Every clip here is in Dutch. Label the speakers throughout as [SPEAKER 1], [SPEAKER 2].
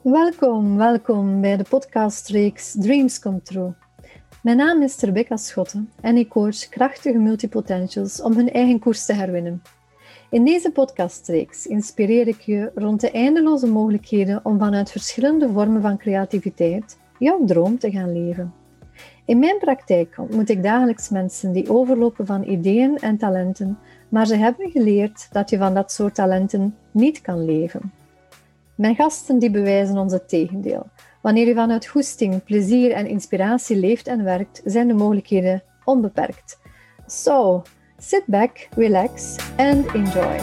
[SPEAKER 1] Welkom bij de podcastreeks Dreams Come True. Mijn naam is Rebecca Schotten en ik coach krachtige multipotentials om hun eigen koers te herwinnen. In deze podcastreeks inspireer ik je rond de eindeloze mogelijkheden om vanuit verschillende vormen van creativiteit jouw droom te gaan leven. In mijn praktijk ontmoet ik dagelijks mensen die overlopen van ideeën en talenten, maar ze hebben geleerd dat je van dat soort talenten niet kan leven. Mijn gasten die bewijzen ons het tegendeel. Wanneer je vanuit goesting, plezier en inspiratie leeft en werkt, zijn de mogelijkheden onbeperkt. So, sit back, relax and enjoy.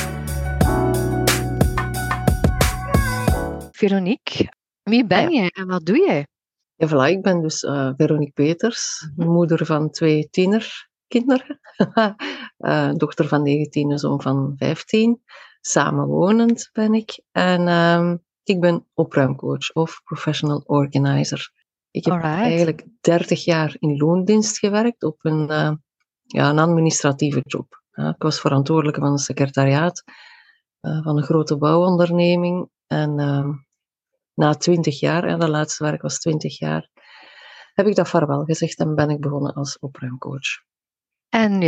[SPEAKER 2] Veronique, wie ben jij en wat doe jij?
[SPEAKER 3] Ja, voilà, ik ben dus Veronique Peters, moeder van 2 tienerkinderen. Dochter van 19 en zoon van 15. Samenwonend ben ik. En ik ben opruimcoach of professional organizer. Ik heb eigenlijk 30 jaar in loondienst gewerkt op een administratieve job. Ik was verantwoordelijke van een secretariaat van een grote bouwonderneming. En na 20 jaar, en de laatste werk was 20 jaar, heb ik dat vaarwel gezegd en ben ik begonnen als opruimcoach.
[SPEAKER 2] En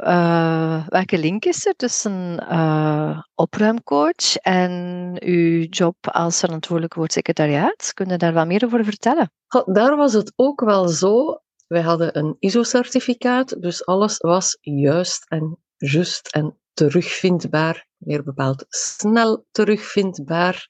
[SPEAKER 2] welke link is er tussen opruimcoach en uw job als verantwoordelijk voor het secretariaat? Kun je daar wat meer over vertellen?
[SPEAKER 3] Daar was het ook wel zo. Wij hadden een ISO-certificaat, dus alles was juist en just en terugvindbaar. Meer bepaald snel terugvindbaar.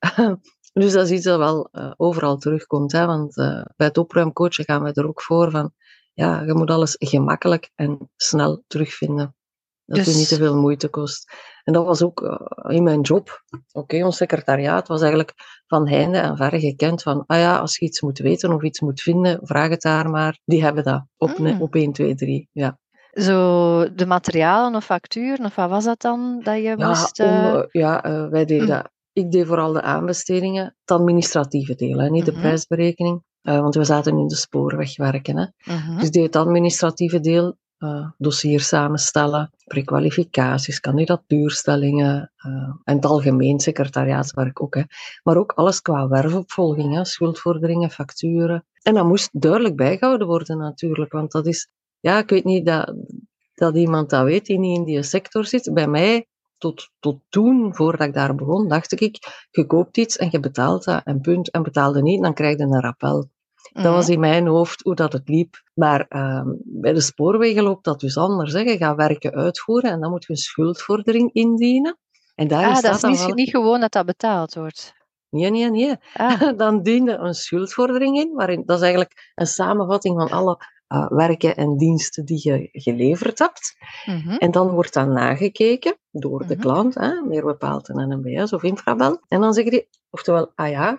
[SPEAKER 3] Dus dat is iets dat wel overal terugkomt. Hè? Want bij het opruimcoachen gaan wij er ook voor van, ja, je moet alles gemakkelijk en snel terugvinden. Dat het niet te veel moeite kost. En dat was ook in mijn job. Ons secretariaat was eigenlijk van heinde en verre gekend van, als je iets moet weten of iets moet vinden, vraag het daar maar. Die hebben dat op 1, 2, 3. Ja.
[SPEAKER 2] Zo de materialen of facturen, of wat was dat dan dat je moest...
[SPEAKER 3] Wij deden dat. Ik deed vooral de aanbestedingen, het administratieve deel, niet de prijsberekening. Want we zaten in de spoorweg werken. Hè. Dus ik deed het administratieve deel, dossiers samenstellen, prekwalificaties, kandidatuurstellingen, en het algemeen secretariaatswerk ook. Hè. Maar ook alles qua werfopvolging, hè, schuldvorderingen, facturen. En dat moest duidelijk bijgehouden worden natuurlijk, want dat is... Ja, ik weet niet dat iemand dat weet die niet in die sector zit. Bij mij... Tot toen, voordat ik daar begon, dacht ik, je koopt iets en je betaalt dat en punt, en betaalde niet, dan krijg je een rappel. Dat was in mijn hoofd hoe dat het liep. Maar bij de spoorwegen loopt dat dus anders. Hè. Je gaat werken uitvoeren en dan moet je een schuldvordering indienen. En daar
[SPEAKER 2] dat is niet gewoon dat betaald wordt.
[SPEAKER 3] Nee. Dan dien je een schuldvordering in, dat is eigenlijk een samenvatting van alle werken en diensten die je geleverd hebt. En dan wordt dat nagekeken door de klant, meer bepaald een NMBS of Infrabel. En dan zeg je, oftewel,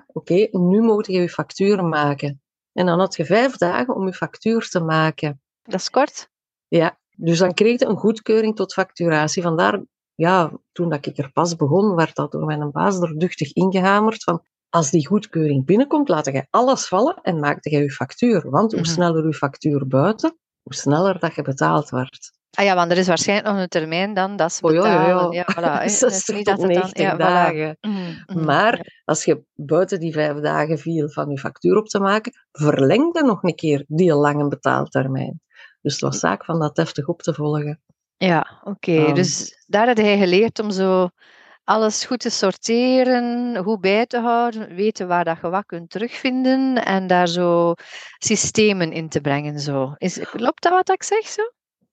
[SPEAKER 3] nu moet je je factuur maken. En dan had je 5 dagen om je factuur te maken.
[SPEAKER 2] Dat is kort.
[SPEAKER 3] Ja, dus dan kreeg je een goedkeuring tot facturatie. Vandaar, toen dat ik er pas begon, werd dat door mijn baas er duchtig ingehamerd van, als die goedkeuring binnenkomt, laat je alles vallen en maak je je factuur. Want hoe sneller je factuur buiten, hoe sneller dat je betaald wordt.
[SPEAKER 2] Want er is waarschijnlijk nog een termijn dan dat ze betalen.
[SPEAKER 3] Ja. Voilà, 60 tot 90 dagen. Maar als je buiten die 5 dagen viel van je factuur op te maken, verlengde nog een keer die lange betaaltermijn. Dus het was zaak van dat deftig op te volgen.
[SPEAKER 2] Ja, oké. Dus daar heb jij geleerd om zo alles goed te sorteren, goed bij te houden, weten waar dat je wat kunt terugvinden en daar zo systemen in te brengen. Zo. Klopt dat wat ik zeg zo?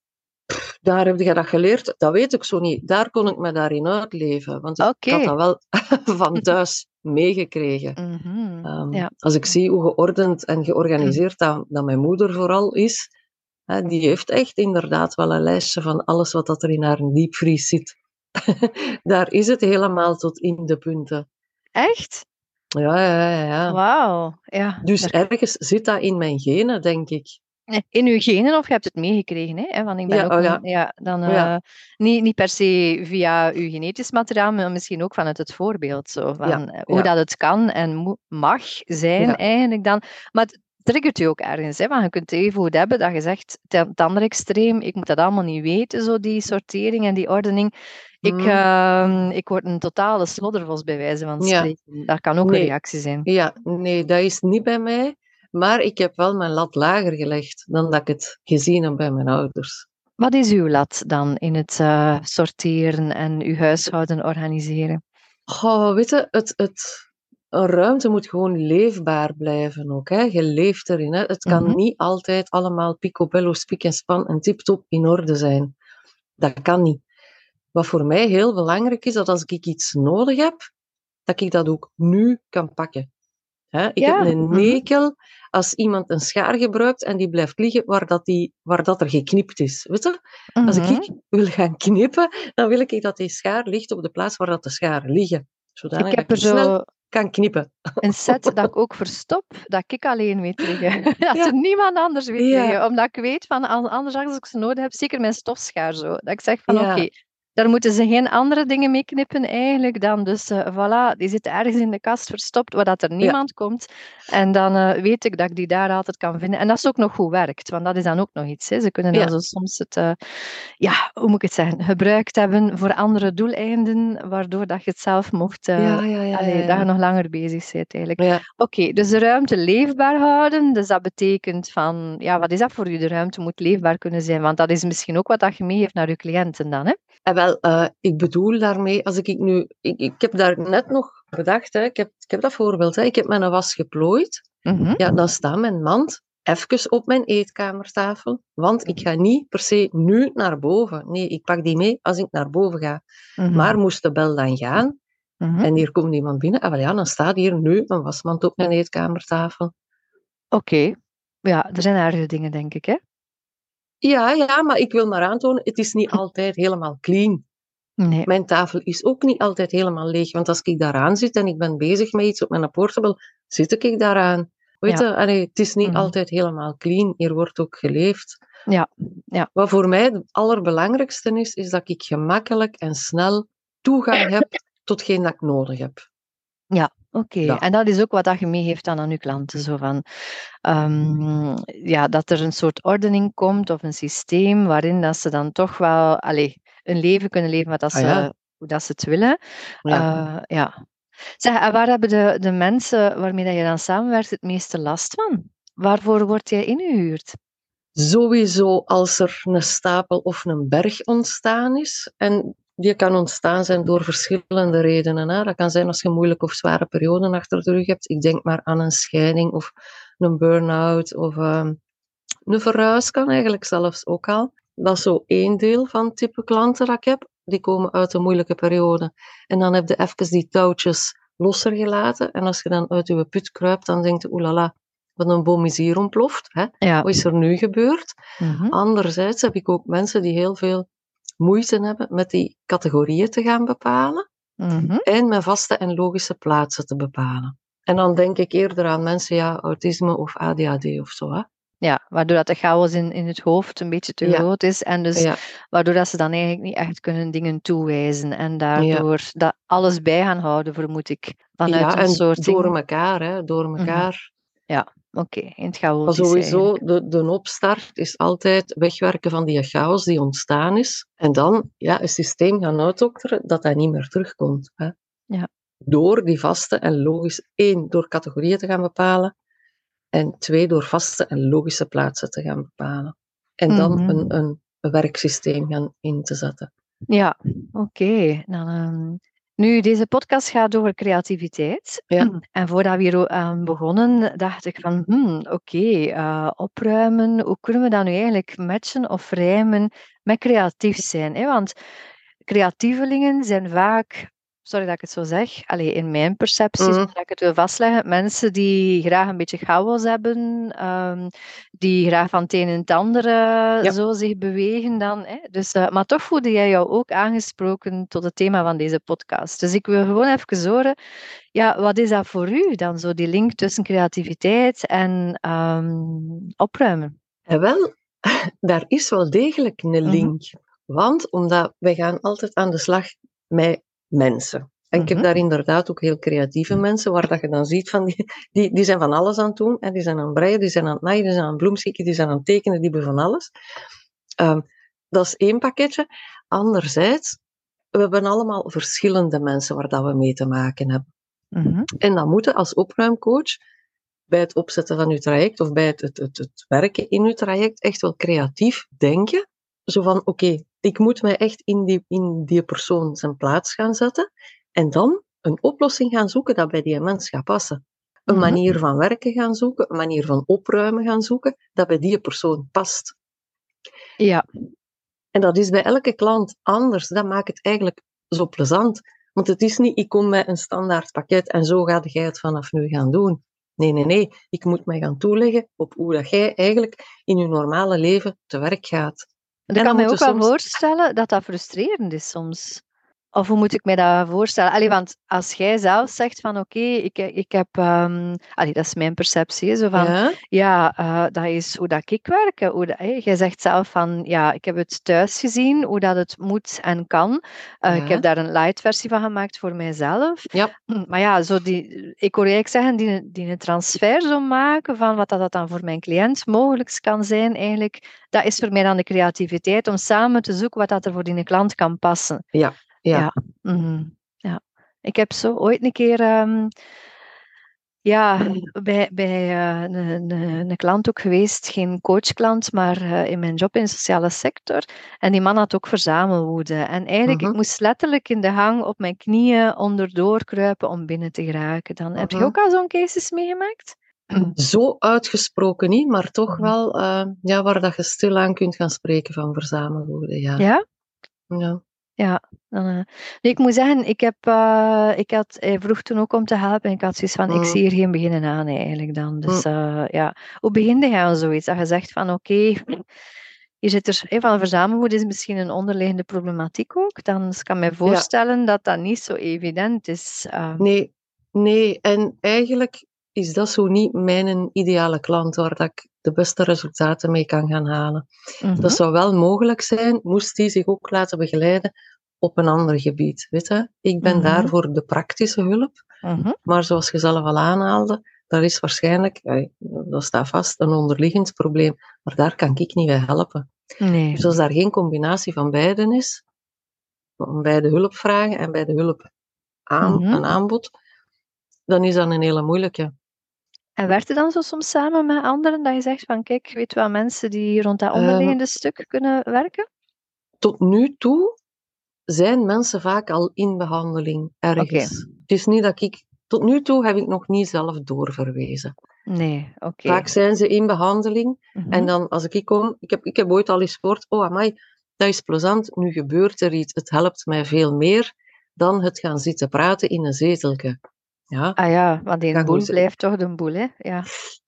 [SPEAKER 3] Daar heb je dat geleerd, dat weet ik zo niet. Daar kon ik me daarin uitleven, want ik had dat wel van thuis meegekregen. Als ik zie hoe geordend en georganiseerd dat mijn moeder vooral is, die heeft echt inderdaad wel een lijstje van alles wat er in haar diepvries zit. Daar is het helemaal tot in de punten.
[SPEAKER 2] Echt?
[SPEAKER 3] Ja.
[SPEAKER 2] Wauw. Ja,
[SPEAKER 3] dus ergens zit dat in mijn genen, denk ik.
[SPEAKER 2] In uw genen, of je hebt het meegekregen, hè? Want ik ben niet per se via uw genetisch materiaal, maar misschien ook vanuit het voorbeeld. Zo, van hoe dat het kan en mag zijn eigenlijk dan. Maar triggert je ook ergens. Hè? Want je kunt het even goed hebben dat je zegt, het andere extreem, ik moet dat allemaal niet weten, zo die sortering en die ordening. Ik word een totale sloddervos bij wijze van spreken. Dat kan ook een reactie zijn.
[SPEAKER 3] Ja, nee, dat is niet bij mij. Maar ik heb wel mijn lat lager gelegd dan dat ik het gezien heb bij mijn ouders.
[SPEAKER 2] Wat is uw lat dan in het sorteren en uw huishouden organiseren?
[SPEAKER 3] Weet je, een ruimte moet gewoon leefbaar blijven ook. Hè. Je leeft erin. Hè. Het kan niet altijd allemaal picobello, spiek en span en tip-top in orde zijn. Dat kan niet. Wat voor mij heel belangrijk is, dat als ik iets nodig heb, dat ik dat ook nu kan pakken. Ik heb een nekel als iemand een schaar gebruikt en die blijft liggen waar dat er geknipt is. Weet je? Als ik wil gaan knippen, dan wil ik dat die schaar ligt op de plaats waar dat de scharen liggen. Zodanig
[SPEAKER 2] ik heb
[SPEAKER 3] dat ik snel kan knippen.
[SPEAKER 2] Een set dat ik ook verstop, dat ik alleen weet liggen. Dat er niemand anders weet liggen. Omdat ik weet, van anders als ik ze nodig heb, zeker mijn stofschaar zo. Dat ik zeg van oké, daar moeten ze geen andere dingen mee knippen eigenlijk dan. Dus voilà, die zit ergens in de kast verstopt, waar dat er niemand komt. En dan weet ik dat ik die daar altijd kan vinden. En dat is ook nog goed werkt, want dat is dan ook nog iets. Hè. Ze kunnen dan zo soms het, hoe moet ik het zeggen, gebruikt hebben voor andere doeleinden, waardoor dat je het zelf mocht, dat je nog langer bezig bent eigenlijk. Oké, dus de ruimte leefbaar houden, dus dat betekent van, wat is dat voor u? De ruimte moet leefbaar kunnen zijn, want dat is misschien ook wat dat je meegeeft naar je cliënten dan, hè?
[SPEAKER 3] Ik bedoel daarmee, als ik nu... Ik heb daar net nog bedacht, hè, ik heb dat voorbeeld, hè, ik heb mijn was geplooid. Ja, dan staat mijn mand even op mijn eetkamertafel, want ik ga niet per se nu naar boven. Nee, ik pak die mee als ik naar boven ga. Maar moest de bel dan gaan, en hier komt iemand binnen, dan staat hier nu een wasmand op mijn eetkamertafel.
[SPEAKER 2] Oké. Ja, er zijn erge dingen, denk ik, hè?
[SPEAKER 3] Ja, maar ik wil maar aantonen, het is niet altijd helemaal clean.
[SPEAKER 2] Nee.
[SPEAKER 3] Mijn tafel is ook niet altijd helemaal leeg, want als ik daaraan zit en ik ben bezig met iets op mijn portable, zit ik daaraan. Weet je, het is niet altijd helemaal clean, hier wordt ook geleefd.
[SPEAKER 2] Ja.
[SPEAKER 3] Wat voor mij het allerbelangrijkste is dat ik gemakkelijk en snel toegang heb tot hetgeen dat ik nodig heb.
[SPEAKER 2] Ja, oké. En dat is ook wat dat je meegeeft aan uw klanten. Zo van, dat er een soort ordening komt of een systeem waarin dat ze dan toch wel een leven kunnen leven hoe dat ze het willen. Zeg, en waar hebben de mensen waarmee dat je dan samenwerkt het meeste last van? Waarvoor word jij ingehuurd?
[SPEAKER 3] Sowieso als er een stapel of een berg ontstaan is. En die kan ontstaan zijn door verschillende redenen. Hè. Dat kan zijn als je een moeilijke of zware periode achter de rug hebt. Ik denk maar aan een scheiding of een burn-out of een verhuis kan eigenlijk zelfs ook al. Dat is zo één deel van het type klanten dat ik heb. Die komen uit een moeilijke periode. En dan heb je even die touwtjes losser gelaten. En als je dan uit je put kruipt, dan denk je, oelala, wat een bom is hier ontploft. Hè? Wat is er nu gebeurd? Anderzijds heb ik ook mensen die heel veel moeite hebben met die categorieën te gaan bepalen. En met vaste en logische plaatsen te bepalen. En dan denk ik eerder aan mensen, autisme of ADHD of zo. Hè?
[SPEAKER 2] Ja, waardoor dat de chaos in het hoofd een beetje te groot is. En dus waardoor dat ze dan eigenlijk niet echt kunnen dingen toewijzen. En daardoor dat alles bij gaan houden, vermoed ik. Vanuit een soort
[SPEAKER 3] door elkaar, hè. Door elkaar.
[SPEAKER 2] Ja, oké. In het chaos.
[SPEAKER 3] Maar sowieso, de opstart is altijd wegwerken van die chaos die ontstaan is. En dan een systeem gaan uitdokteren dat niet meer terugkomt. Hè.
[SPEAKER 2] Ja.
[SPEAKER 3] Door die vaste en logisch, 1, door categorieën te gaan bepalen. En 2, door vaste en logische plaatsen te gaan bepalen. En dan een werksysteem gaan in te zetten.
[SPEAKER 2] Ja, oké. Nu, deze podcast gaat over creativiteit.
[SPEAKER 3] Ja.
[SPEAKER 2] En voordat we hier aan begonnen, dacht ik van, opruimen, hoe kunnen we dat nu eigenlijk matchen of rijmen met creatief zijn? Hè? Want creatievelingen zijn vaak, sorry dat ik het zo zeg, in mijn perceptie, dat ik het wil vastleggen, mensen die graag een beetje chaos hebben, die graag van het een en het andere zo zich bewegen dan. Hè? Dus, maar toch voelde jij jou ook aangesproken tot het thema van deze podcast. Dus ik wil gewoon even horen, wat is dat voor u dan, zo die link tussen creativiteit en opruimen?
[SPEAKER 3] Wel, daar is wel degelijk een link. Want omdat wij gaan altijd aan de slag met mensen. En ik heb daar inderdaad ook heel creatieve mensen, waar dat je dan ziet van, die zijn van alles aan het doen. En die zijn aan het breien, die zijn aan het naaien, die zijn aan het bloemschikken, die zijn aan het tekenen, die hebben van alles. Dat is één pakketje. Anderzijds, we hebben allemaal verschillende mensen waar dat we mee te maken hebben. En dan moeten als opruimcoach bij het opzetten van uw traject of bij het werken in uw traject echt wel creatief denken. Zo van, oké, ik moet mij echt in die persoon zijn plaats gaan zetten en dan een oplossing gaan zoeken dat bij die mens gaat passen. Een manier van werken gaan zoeken, een manier van opruimen gaan zoeken dat bij die persoon past.
[SPEAKER 2] Ja.
[SPEAKER 3] En dat is bij elke klant anders. Dat maakt het eigenlijk zo plezant. Want het is niet, ik kom met een standaard pakket en zo ga jij het vanaf nu gaan doen. Nee. Ik moet mij gaan toeleggen op hoe dat jij eigenlijk in je normale leven te werk gaat.
[SPEAKER 2] Ik kan me ook wel voorstellen dat dat frustrerend is soms. Of hoe moet ik mij dat voorstellen? Allee, want als jij zelf zegt van oké, ik heb... dat is mijn perceptie. Zo van, dat is hoe dat ik werk. Jij zegt zelf van, ja, ik heb het thuis gezien, hoe dat het moet en kan. Ik heb daar een light versie van gemaakt voor mijzelf.
[SPEAKER 3] Ja.
[SPEAKER 2] Maar ja, ik hoor eigenlijk zeggen, die een transfer zo maken van wat dat dan voor mijn cliënt mogelijk kan zijn, eigenlijk, dat is voor mij dan de creativiteit om samen te zoeken wat dat er voor die klant kan passen.
[SPEAKER 3] Ja.
[SPEAKER 2] Ja. Ik heb zo ooit een keer bij een klant ook geweest, geen coachklant, maar in mijn job in de sociale sector. En die man had ook verzamelwoede. En eigenlijk, ik moest letterlijk in de hang op mijn knieën onderdoor kruipen om binnen te geraken. Dan heb je ook al zo'n cases meegemaakt?
[SPEAKER 3] Zo uitgesproken niet, maar toch wel waar dat je stilaan kunt gaan spreken van verzamelwoede. Ja?
[SPEAKER 2] Ja, ik moet zeggen, hij vroeg toen ook om te helpen en ik had zoiets van, ik zie hier geen beginnen aan eigenlijk dan. Dus hoe beginde je aan zoiets? Dat je zegt van oké, hier zit er, van verzamelwoede is misschien een onderliggende problematiek ook, dan kan ik me voorstellen dat dat niet zo evident is.
[SPEAKER 3] Nee, en eigenlijk is dat zo niet mijn ideale klant waar dat ik de beste resultaten mee kan gaan halen. Dat zou wel mogelijk zijn, moest die zich ook laten begeleiden op een ander gebied. Weet je? Ik ben daar voor de praktische hulp, maar zoals je zelf al aanhaalde, daar is waarschijnlijk, dat staat vast, een onderliggend probleem, maar daar kan ik niet bij helpen.
[SPEAKER 2] Nee.
[SPEAKER 3] Dus als daar geen combinatie van beiden is, bij de hulpvragen en bij de hulp een aanbod, dan is dat een hele moeilijke.
[SPEAKER 2] En werkt het dan zo soms samen met anderen, dat je zegt van kijk, weet je wel, mensen die rond dat onderliggende stuk kunnen werken?
[SPEAKER 3] Tot nu toe zijn mensen vaak al in behandeling ergens. Het is niet dat tot nu toe heb ik nog niet zelf doorverwezen.
[SPEAKER 2] Nee, oké.
[SPEAKER 3] Vaak zijn ze in behandeling en dan als ik kom, ik heb ooit al eens gehoord, oh amai, dat is plezant, nu gebeurt er iets, het helpt mij veel meer dan het gaan zitten praten in een zeteltje. Ja.
[SPEAKER 2] Ah ja, want die boel blijft toch de boel, hè? Ja.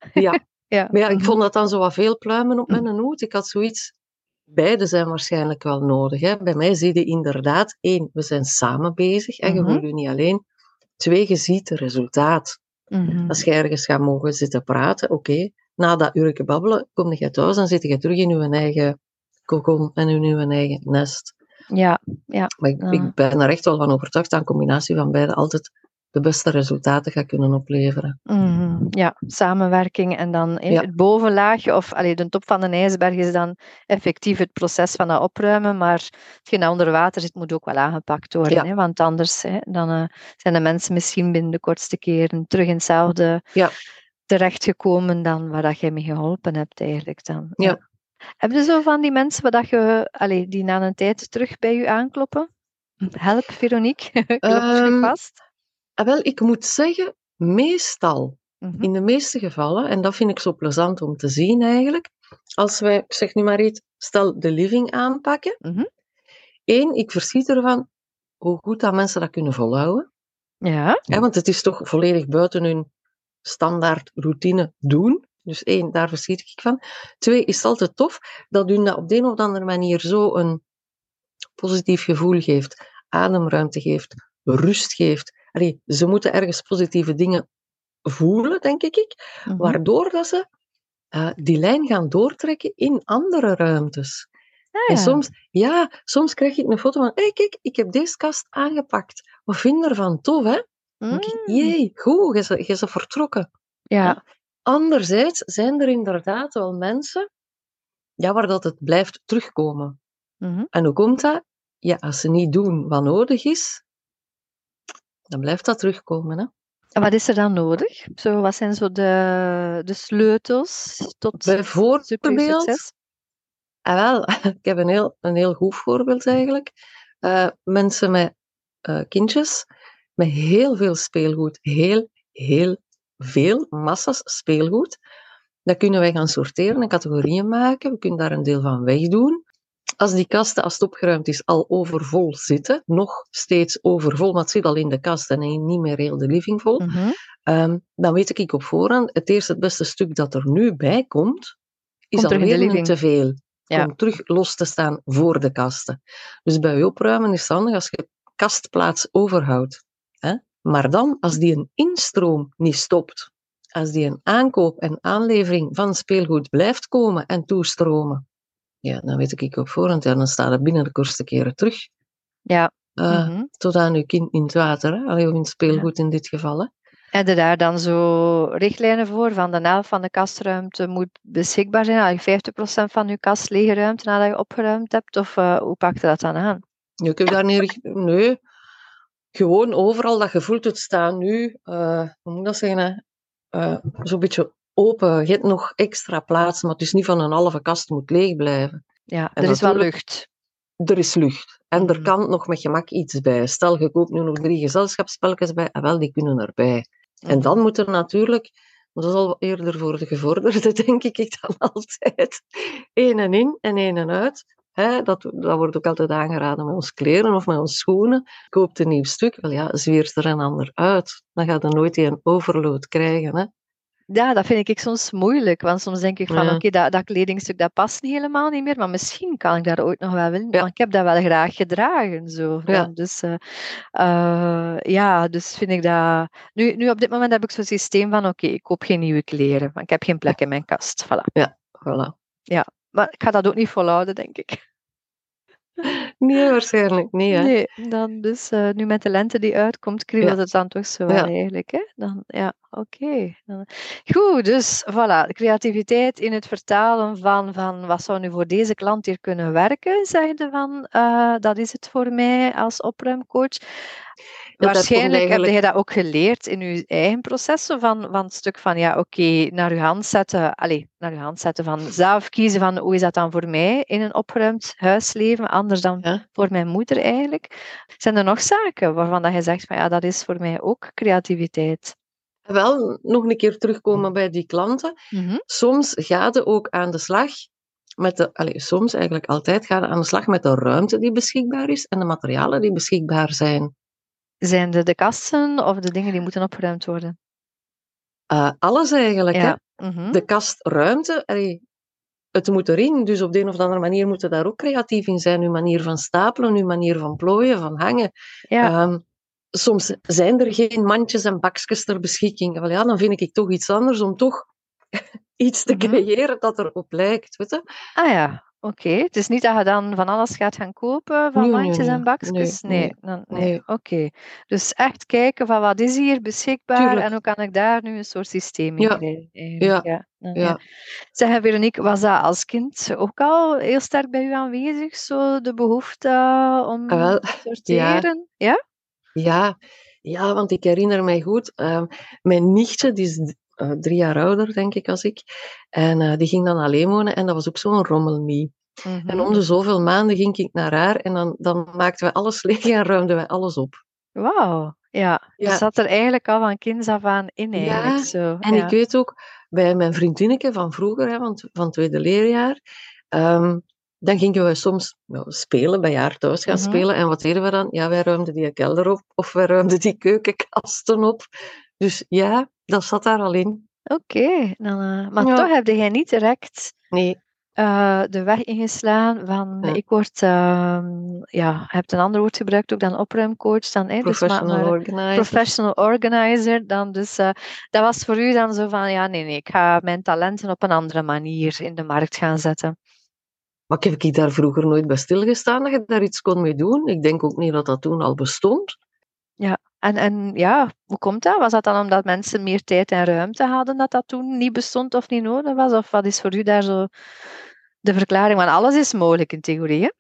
[SPEAKER 3] Ja. Maar ik vond dat dan zo wat veel pluimen op mijn hoed. Ik had zoiets, beide zijn waarschijnlijk wel nodig. Hè. Bij mij zie je inderdaad, 1, we zijn samen bezig en je voelt je niet alleen. 2, je ziet het resultaat. Als je ergens gaat mogen zitten praten, oké, na dat uurtje babbelen, kom je thuis en zit je terug in je eigen kokon en in je eigen nest.
[SPEAKER 2] Ja.
[SPEAKER 3] Maar ik ben er echt wel van overtuigd dat een combinatie van beide altijd de beste resultaten gaat kunnen opleveren.
[SPEAKER 2] Ja, samenwerking en dan het bovenlaagje, of de top van de ijsberg is dan effectief het proces van dat opruimen, maar hetgeen dat onder water zit moet ook wel aangepakt worden, hè, want anders dan zijn de mensen misschien binnen de kortste keren terug in hetzelfde terechtgekomen dan waar dat jij mee geholpen hebt eigenlijk dan.
[SPEAKER 3] Ja.
[SPEAKER 2] Heb je zo van die mensen die na een tijd terug bij u aankloppen? Help, Veronique, klopt je vast?
[SPEAKER 3] Wel, ik moet zeggen, meestal, in de meeste gevallen, en dat vind ik zo plezant om te zien eigenlijk, als wij, ik zeg nu maar iets, stel de living aanpakken. 1, ik verschiet ervan hoe goed dat mensen dat kunnen volhouden.
[SPEAKER 2] Ja.
[SPEAKER 3] Want het is toch volledig buiten hun standaard routine doen. Dus 1, daar verschiet ik van. 2, is het altijd tof dat u dat op de een of andere manier zo een positief gevoel geeft, ademruimte geeft, rust geeft. Ze moeten ergens positieve dingen voelen, denk ik, waardoor dat ze die lijn gaan doortrekken in andere ruimtes. En soms krijg ik een foto van, hey, kijk, ik heb deze kast aangepakt. wat vind je ervan? Tof, hè? Dan denk ik, jee, goed, je is vertrokken.
[SPEAKER 2] Ja.
[SPEAKER 3] Anderzijds zijn er inderdaad wel mensen waar dat het blijft terugkomen. En hoe komt dat? Ja, als ze niet doen wat nodig is, dan blijft dat terugkomen. Hè?
[SPEAKER 2] En wat is er dan nodig? Wat zijn zo de sleutels tot
[SPEAKER 3] Bijvoorbeeld,
[SPEAKER 2] succes?
[SPEAKER 3] Ik heb een heel goed voorbeeld eigenlijk. Mensen met kindjes met heel veel speelgoed, heel veel, massas speelgoed. Dat kunnen wij gaan sorteren en categorieën maken. We kunnen daar een deel van wegdoen. Als die kasten, als het opgeruimd is, al overvol zitten, nog steeds overvol, maar het zit al in de kast en niet meer heel de living vol, dan weet ik op voorhand, het beste stuk dat er nu bij komt, is alweer een te veel. Komt terug los te staan voor de kasten. Dus bij je opruimen is het handig als je kastplaats overhoudt. Hè? Maar dan, als die een instroom niet stopt, als die een aankoop en aanlevering van speelgoed blijft komen en toestromen, dan weet ik op voorhand, dan staat het binnen de kortste keren terug.
[SPEAKER 2] Ja.
[SPEAKER 3] Tot aan je kind in het water, hè? Of in het speelgoed in dit geval. Hè?
[SPEAKER 2] Heb je daar dan zo richtlijnen voor, van de helft van de kastruimte moet beschikbaar zijn, 50% van je kast lege ruimte nadat je opgeruimd hebt, of hoe pakt je dat dan aan?
[SPEAKER 3] Ja, ik heb daar niet... Nee, gewoon overal dat je voelt het staan nu, hoe moet ik dat zeggen, zo'n beetje open. Je hebt nog extra plaats, maar het is niet van een halve kast moet leeg blijven.
[SPEAKER 2] Ja, en er is wel lucht.
[SPEAKER 3] Er is lucht. En er kan nog met gemak iets bij. Stel, je koopt nu nog 3 gezelschapsspelletjes bij, wel, die kunnen erbij. En dan moet er natuurlijk, dat is al eerder voor de gevorderde, denk ik dan altijd, 1 en in en 1 en uit. Dat wordt ook altijd aangeraden met ons kleren of met ons schoenen. Koopt een nieuw stuk, wel ja, zweert er een ander uit. Dan gaat er nooit die een overload krijgen. Hè?
[SPEAKER 2] Ja, dat vind ik soms moeilijk, want soms denk ik van oké, dat kledingstuk dat past niet helemaal niet meer, maar misschien kan ik daar ooit nog wel willen, want ik heb dat wel graag gedragen. Zo.
[SPEAKER 3] Ja.
[SPEAKER 2] Dus vind ik dat... Nu op dit moment heb ik zo'n systeem van oké, ik koop geen nieuwe kleren, want ik heb geen plek in mijn kast. Voilà.
[SPEAKER 3] Ja, voilà.
[SPEAKER 2] Ja, maar ik ga dat ook niet volhouden, denk ik.
[SPEAKER 3] Nee, waarschijnlijk niet. Hè?
[SPEAKER 2] Nee, dan dus nu met de lente die uitkomt, kriebelt het dan toch zo wel eigenlijk. Hè? Dan, oké. Goed, dus voilà, creativiteit in het vertalen van wat zou nu voor deze klant hier kunnen werken, zeg je van, dat is het voor mij als opruimcoach. Waarschijnlijk heb je dat ook geleerd in je eigen proces, van het stuk van, naar je hand zetten van zelf kiezen van, hoe is dat dan voor mij in een opgeruimd huisleven, anders dan voor mijn moeder eigenlijk. Zijn er nog zaken waarvan dat je zegt van, dat is voor mij ook creativiteit?
[SPEAKER 3] Wel, nog een keer terugkomen bij die klanten. Soms ga je ook aan de slag soms eigenlijk altijd ga je aan de slag met de ruimte die beschikbaar is en de materialen die beschikbaar zijn.
[SPEAKER 2] Zijn de kasten of de dingen die moeten opgeruimd worden?
[SPEAKER 3] Alles eigenlijk. Ja. Hè? De kastruimte, het moet erin, dus op de een of andere manier moet je daar ook creatief in zijn. Uw manier van stapelen, uw manier van plooien, van hangen.
[SPEAKER 2] Ja.
[SPEAKER 3] Soms zijn er geen mandjes en bakjes ter beschikking. Wel ja, dan vind ik toch iets anders om toch iets te creëren dat erop lijkt. Weet je?
[SPEAKER 2] Ah ja. Oké, het is niet dat je dan van alles gaat gaan kopen, van mandjes en bakjes? Nee. Oké. Dus echt kijken van wat is hier beschikbaar. Tuurlijk. En hoe kan ik daar nu een soort systeem in krijgen? Ja. Zeg, Veronique, was dat als kind ook al heel sterk bij u aanwezig, zo de behoefte om te sorteren?
[SPEAKER 3] Ja, want ik herinner mij goed, mijn nichtje, die is 3 jaar ouder, denk ik, als ik. En die ging dan alleen wonen en dat was ook zo'n rommelmie. En om de zoveel maanden ging ik naar haar en dan maakten we alles leeg en ruimden wij alles op.
[SPEAKER 2] Wauw, ja. Dat zat er eigenlijk al van kinds af aan in eigenlijk. Zo.
[SPEAKER 3] En ik weet ook, bij mijn vriendinnetje van vroeger, van tweede leerjaar, dan gingen we soms spelen, bij haar thuis gaan spelen. En wat deden we dan? Ja, wij ruimden die kelder op of wij ruimden die keukenkasten op. Dus ja, dat zat daar al in.
[SPEAKER 2] Oké, maar toch heb jij niet direct de weg ingeslaan van, ik word, je hebt een ander woord gebruikt ook dan opruimcoach, dan, professional organizer. Dan dus, dat was voor u dan zo van, ik ga mijn talenten op een andere manier in de markt gaan zetten.
[SPEAKER 3] Maar heb ik daar vroeger nooit bij stilgestaan dat je daar iets kon mee doen? Ik denk ook niet dat dat toen al bestond.
[SPEAKER 2] Ja. En ja, hoe komt dat? Was dat dan omdat mensen meer tijd en ruimte hadden dat toen niet bestond of niet nodig was? Of wat is voor u daar zo de verklaring? Want alles is mogelijk in theorie, hè?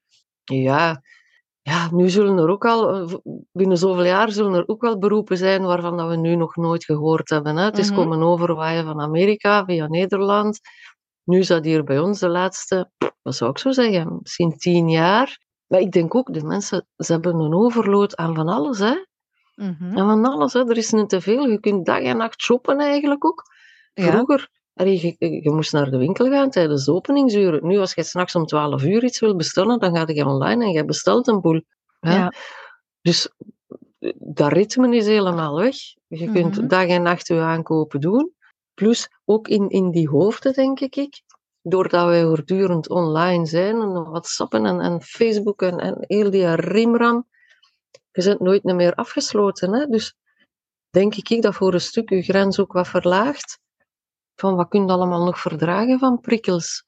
[SPEAKER 3] Ja, nu zullen er ook al, binnen zoveel jaar zullen er ook wel beroepen zijn waarvan dat we nu nog nooit gehoord hebben. Hè. Het is komen overwaaien van Amerika via Nederland. Nu is dat hier bij ons de laatste, wat zou ik zo zeggen, misschien 10 jaar. Maar ik denk ook, de mensen, ze hebben een overload aan van alles, hè. En van alles, hè. Er is een te veel. Je kunt dag en nacht shoppen eigenlijk ook. Vroeger, je moest naar de winkel gaan tijdens de openingsuren. Nu, als je 's nachts om 12 uur iets wil bestellen, dan ga je online en je bestelt een boel. Hè.
[SPEAKER 2] Ja.
[SPEAKER 3] Dus dat ritme is helemaal weg. Je kunt dag en nacht je aankopen doen. Plus, ook in die hoofden, denk ik, doordat wij voortdurend online zijn, en WhatsAppen en Facebook en heel die rimram, je bent nooit meer afgesloten. Hè? Dus denk ik dat voor een stuk je grens ook wat verlaagt. Van wat kun je allemaal nog verdragen van prikkels?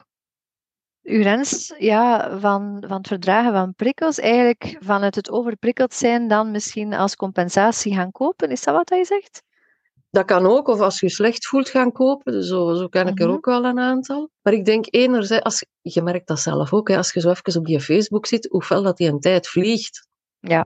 [SPEAKER 2] Uw grens van het verdragen van prikkels, eigenlijk vanuit het overprikkeld zijn dan misschien als compensatie gaan kopen. Is dat wat hij zegt?
[SPEAKER 3] Dat kan ook, of als je je slecht voelt gaan kopen. Dus zo ken ik er ook wel een aantal. Maar ik denk enerzijds, je merkt dat zelf ook, hè, als je zo even op je Facebook zit, hoeveel dat die een tijd vliegt.
[SPEAKER 2] Ja.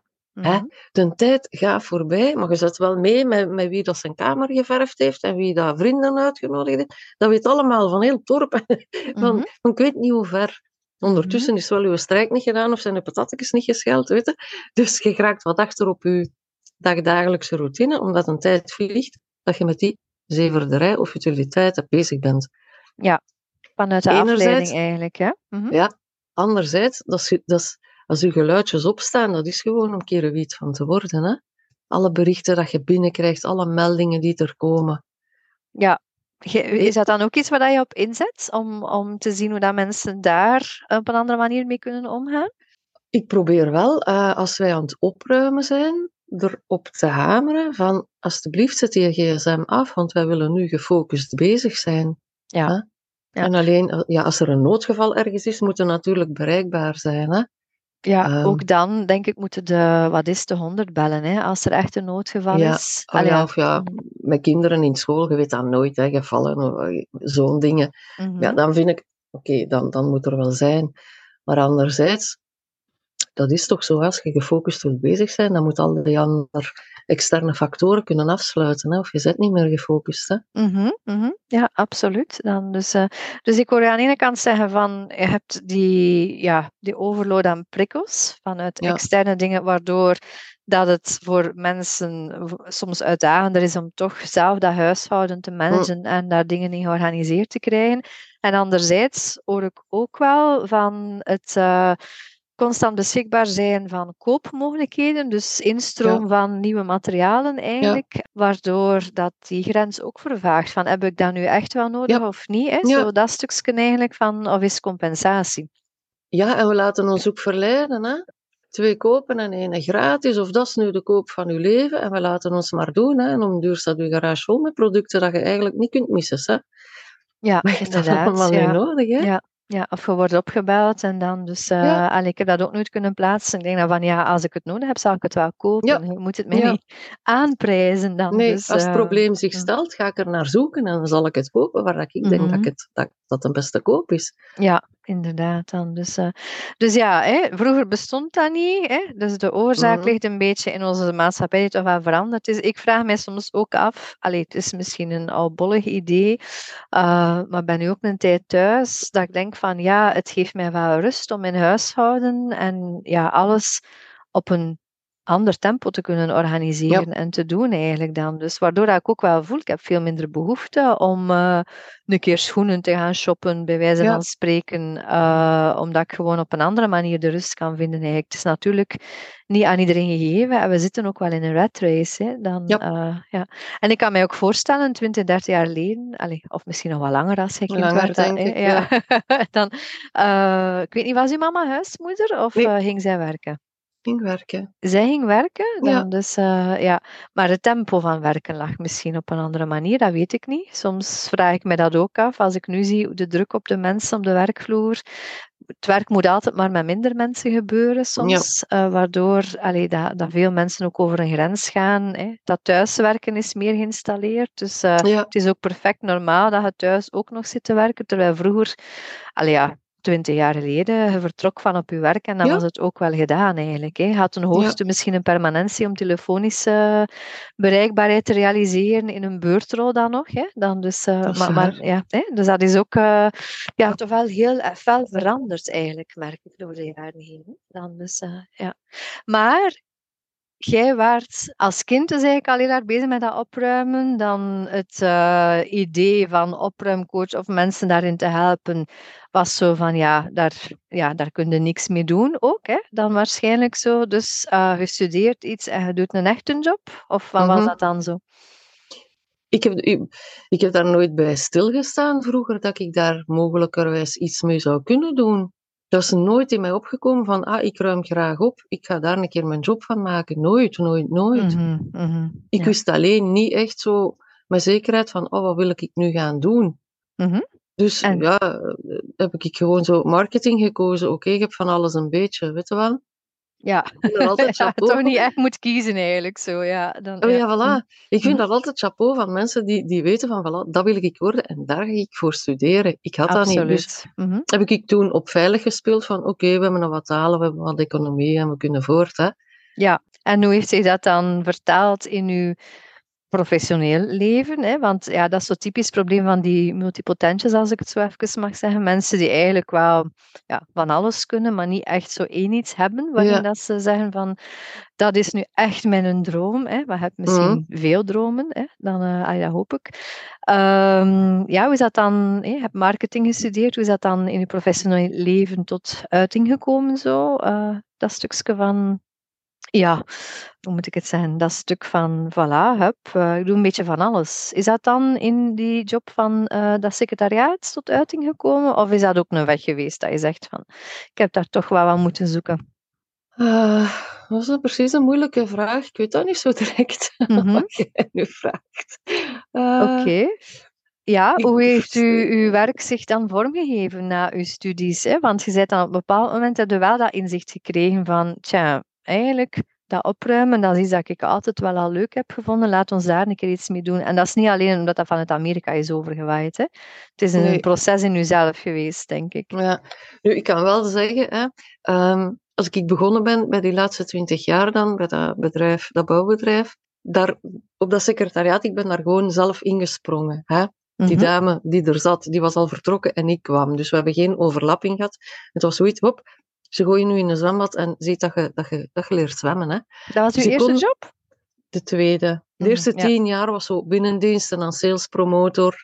[SPEAKER 3] De tijd gaat voorbij, maar je zet wel mee met wie dat zijn kamer geverfd heeft en wie dat vrienden uitgenodigd heeft. Dat weet allemaal van heel het dorp. Van ik weet niet hoe ver. Ondertussen is wel uw strijk niet gedaan of zijn de patatjes niet gescheld. Weet je? Dus je raakt wat achter op je dagdagelijkse routine, omdat een tijd vliegt dat je met die zeverderij of utiliteiten bezig bent.
[SPEAKER 2] Ja, vanuit de afleiding eigenlijk. Hè?
[SPEAKER 3] Ja, anderzijds, dat is, als je geluidjes opstaan, dat is gewoon om een keer een wiet van te worden. Hè? Alle berichten dat je binnenkrijgt, alle meldingen die er komen.
[SPEAKER 2] Ja, is dat dan ook iets waar je op inzet? Om te zien hoe dat mensen daar op een andere manier mee kunnen omgaan?
[SPEAKER 3] Ik probeer wel, als wij aan het opruimen zijn, erop te hameren van, alsjeblieft zet je gsm af, want wij willen nu gefocust bezig zijn.
[SPEAKER 2] Ja.
[SPEAKER 3] Hè?
[SPEAKER 2] Ja.
[SPEAKER 3] En alleen, als er een noodgeval ergens is, moet het natuurlijk bereikbaar zijn. Hè?
[SPEAKER 2] Ja, ook dan denk ik moeten de 100 bellen, hè, als er echt een noodgeval is.
[SPEAKER 3] Of met kinderen in school, je weet dat nooit, hè, gevallen, zo'n dingen. Ja, dan vind ik, oké, dan moet er wel zijn. Maar anderzijds, dat is toch zo, als je gefocust wilt bezig zijn, dan moet al die andere externe factoren kunnen afsluiten, hè, of je bent niet meer gefocust. Hè.
[SPEAKER 2] Ja, absoluut. Dus ik hoor je aan de ene kant zeggen van, je hebt die overload aan prikkels vanuit externe dingen, waardoor dat het voor mensen soms uitdagender is om toch zelf dat huishouden te managen en daar dingen in georganiseerd te krijgen. En anderzijds hoor ik ook wel van het constant beschikbaar zijn van koopmogelijkheden, dus instroom van nieuwe materialen eigenlijk, waardoor dat die grens ook vervaagt van heb ik dat nu echt wel nodig of niet? Hè? Zo dat stukje eigenlijk van, of is compensatie?
[SPEAKER 3] Ja, en we laten ons ook verleiden, hè. 2 kopen en 1 gratis, of dat is nu de koop van uw leven, en we laten ons maar doen, hè. En om duur staat uw garage vol met producten dat je eigenlijk niet kunt missen, hè.
[SPEAKER 2] Ja,
[SPEAKER 3] maar je hebt dat
[SPEAKER 2] inderdaad.
[SPEAKER 3] allemaal niet nodig, hè.
[SPEAKER 2] Ja, of je wordt opgebeld en dan dus... ik heb dat ook nooit kunnen plaatsen. Ik denk dan van, als ik het nodig heb, zal ik het wel kopen. Je moet het mij niet aanprijzen dan.
[SPEAKER 3] Nee,
[SPEAKER 2] dus,
[SPEAKER 3] als het probleem zich stelt, ga ik er naar zoeken en dan zal ik het kopen waar ik denk dat de beste koop is.
[SPEAKER 2] Ja, inderdaad. Dan. Dus vroeger bestond dat niet. Hè? Dus de oorzaak ligt een beetje in onze maatschappij die toch wel veranderd is. Ik vraag mij soms ook af, het is misschien een albollig idee, maar ben nu ook een tijd thuis, dat ik denk van het geeft mij wel rust om mijn huishouden en alles op een ander tempo te kunnen organiseren en te doen eigenlijk dan. Dus waardoor ik ook wel voel, ik heb veel minder behoefte om een keer schoenen te gaan shoppen, bij wijze van spreken, omdat ik gewoon op een andere manier de rust kan vinden eigenlijk. Het is natuurlijk niet aan iedereen gegeven en we zitten ook wel in een rat race. Hè, En ik kan mij ook voorstellen, 20, 30 jaar geleden, of misschien nog wel langer als je kind werd.
[SPEAKER 3] Denk ik,
[SPEAKER 2] dan, ik weet niet, was uw mama huismoeder of ging zij werken?
[SPEAKER 3] ging werken.
[SPEAKER 2] Zij ging werken? Dan
[SPEAKER 3] Ja.
[SPEAKER 2] dus, ja. Maar het tempo van werken lag misschien op een andere manier, dat weet ik niet. Soms vraag ik me dat ook af, als ik nu zie de druk op de mensen op de werkvloer. Het werk moet altijd maar met minder mensen gebeuren soms, waardoor dat veel mensen ook over een grens gaan. Hè. Dat thuiswerken is meer geïnstalleerd, dus het is ook perfect normaal dat je thuis ook nog zit te werken, terwijl vroeger, 20 jaar geleden, je vertrok van op je werk en dan was het ook wel gedaan eigenlijk. Hè. Je had ten hoogste misschien een permanentie om telefonische bereikbaarheid te realiseren in een beurtrol dan nog. Hè. Dan dus, dus dat is ook toch wel heel fel veranderd eigenlijk, merk ik, door de jaren heen. Dan dus, Maar jij waart als kind dus eigenlijk al heel erg bezig met dat opruimen. Dan het idee van opruimcoach of mensen daarin te helpen was zo van, daar kun je niks mee doen ook. Hè? Dan waarschijnlijk zo. Dus je studeert iets en je doet een echte job? Of wat was dat dan zo?
[SPEAKER 3] Ik heb daar nooit bij stilgestaan vroeger, dat ik daar mogelijkerwijs iets mee zou kunnen doen. Dat is nooit in mij opgekomen van, ik ruim graag op, ik ga daar een keer mijn job van maken. Nooit. Ik wist alleen niet echt zo met zekerheid van, wat wil ik nu gaan doen? Dus heb ik gewoon zo marketing gekozen. Oké, ik heb van alles een beetje, weet je wel?
[SPEAKER 2] Ja, toch niet echt moet kiezen eigenlijk. Zo, ja.
[SPEAKER 3] Voilà. Ik vind dat altijd chapeau van mensen die weten van, voilà, dat wil ik worden en daar ga ik voor studeren. Ik had dat niet. Dus heb ik toen op veilig gespeeld van, oké, we hebben nog wat talen, we hebben wat economie en we kunnen voort. Hè.
[SPEAKER 2] Ja, en hoe heeft zich dat dan vertaald in uw professioneel leven? Hè? Want dat is zo'n typisch probleem van die multipotentjes, als ik het zo even mag zeggen. Mensen die eigenlijk wel van alles kunnen, maar niet echt zo één iets hebben, waarin dat ze zeggen van, dat is nu echt mijn droom. Hè? Maar je hebt misschien veel dromen, hè? Dan, dat hoop ik. Hoe is dat dan? Je hebt marketing gestudeerd, hoe is dat dan in je professioneel leven tot uiting gekomen? Zo? Dat stukje van... Ja, hoe moet ik het zeggen? Dat stuk van, voilà, ik doe een beetje van alles. Is dat dan in die job van dat secretariaat tot uiting gekomen? Of is dat ook een weg geweest dat je zegt van, ik heb daar toch wel wat moeten zoeken?
[SPEAKER 3] Dat is precies een moeilijke vraag. Ik weet dat niet zo direct, wat jij nu vraagt.
[SPEAKER 2] Oké. Ja, hoe heeft uw werk zich dan vormgegeven na uw studies? Hè? Want je zei dan op een bepaald moment, heb je wel dat inzicht gekregen van, eigenlijk... Dat opruimen, dat is iets dat ik altijd wel al leuk heb gevonden. Laat ons daar een keer iets mee doen. En dat is niet alleen omdat dat vanuit Amerika is overgewaaid. Hè. Het is een proces in uzelf geweest, denk ik.
[SPEAKER 3] Ja, nu, ik kan wel zeggen, als ik begonnen ben bij die laatste 20 jaar dan, bij dat bedrijf, dat bouwbedrijf, daar, op dat secretariaat, ik ben daar gewoon zelf ingesprongen. Hè. Die dame die er zat, die was al vertrokken en ik kwam. Dus we hebben geen overlapping gehad. Het was zoiets, ze gooien nu in een zwembad en ziet dat je leert zwemmen. Hè.
[SPEAKER 2] Dat was uw eerste job?
[SPEAKER 3] De tweede. De eerste 10 jaar was zo binnendienst en dan salespromotor.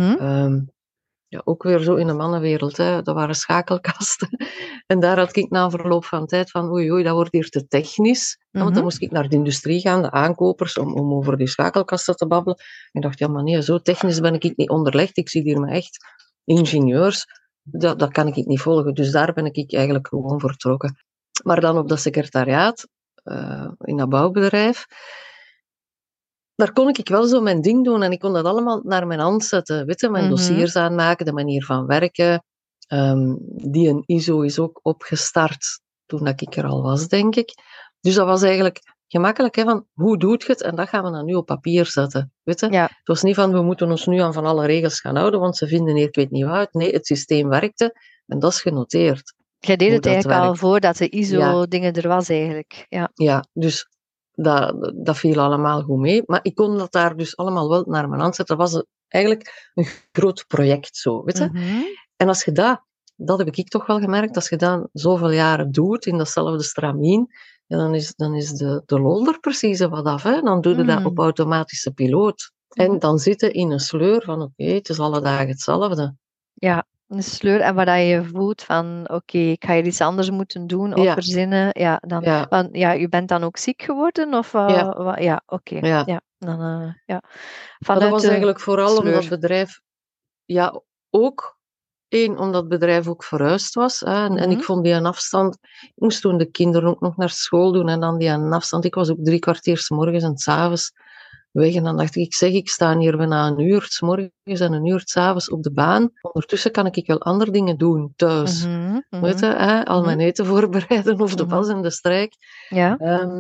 [SPEAKER 3] Ook weer zo in de mannenwereld. Hè. Dat waren schakelkasten. En daar had ik na verloop van tijd van, oei, dat wordt hier te technisch. Want dan moest ik naar de industrie gaan, de aankopers, om over die schakelkasten te babbelen. En ik dacht, maar nee, zo technisch ben ik niet onderlegd. Ik zie hier maar echt ingenieurs. Dat kan ik niet volgen. Dus daar ben ik eigenlijk gewoon vertrokken. Maar dan op dat secretariaat, in dat bouwbedrijf, daar kon ik wel zo mijn ding doen en ik kon dat allemaal naar mijn hand zetten. Weet je, mijn dossiers aanmaken, de manier van werken. Die een ISO is ook opgestart toen ik er al was, denk ik. Dus dat was eigenlijk gemakkelijk, hè, van hoe doet je het? En dat gaan we dan nu op papier zetten. Weet je?
[SPEAKER 2] Ja.
[SPEAKER 3] Het was niet van, we moeten ons nu aan van alle regels gaan houden, want ze vinden hier, ik weet niet wat uit. Nee, het systeem werkte en dat is genoteerd.
[SPEAKER 2] Jij deed het eigenlijk al voordat de ISO-dingen er was eigenlijk.
[SPEAKER 3] Ja, dus dat viel allemaal goed mee. Maar ik kon dat daar dus allemaal wel naar mijn hand zetten. Dat was eigenlijk een groot project zo, weet je. En als je dat heb ik toch wel gemerkt, als je dat zoveel jaren doet in datzelfde stramien, dan is de lol er precies wat af. Hè. Dan doe je dat op automatische piloot. En dan zitten in een sleur van, oké, het is alle dagen hetzelfde.
[SPEAKER 2] Ja, een sleur. En waar je voelt van, oké, ik ga hier iets anders moeten doen of verzinnen. Ja, dan, want, je bent dan ook ziek geworden? Of, oké. Ja, dan,
[SPEAKER 3] dat was eigenlijk vooral om dat bedrijf... Ja, ook omdat het bedrijf ook verhuisd was. Hè, en ik vond die een afstand... Ik moest toen de kinderen ook nog naar school doen. En dan die een afstand. Ik was ook 3 kwartier 's morgens en 's avonds weg. En dan dacht ik sta hier bijna een uur 's morgens en een uur 's avonds op de baan. Ondertussen kan ik wel andere dingen doen thuis. Weet je, hè, al mijn eten voorbereiden of de was en de strijk.
[SPEAKER 2] Ja.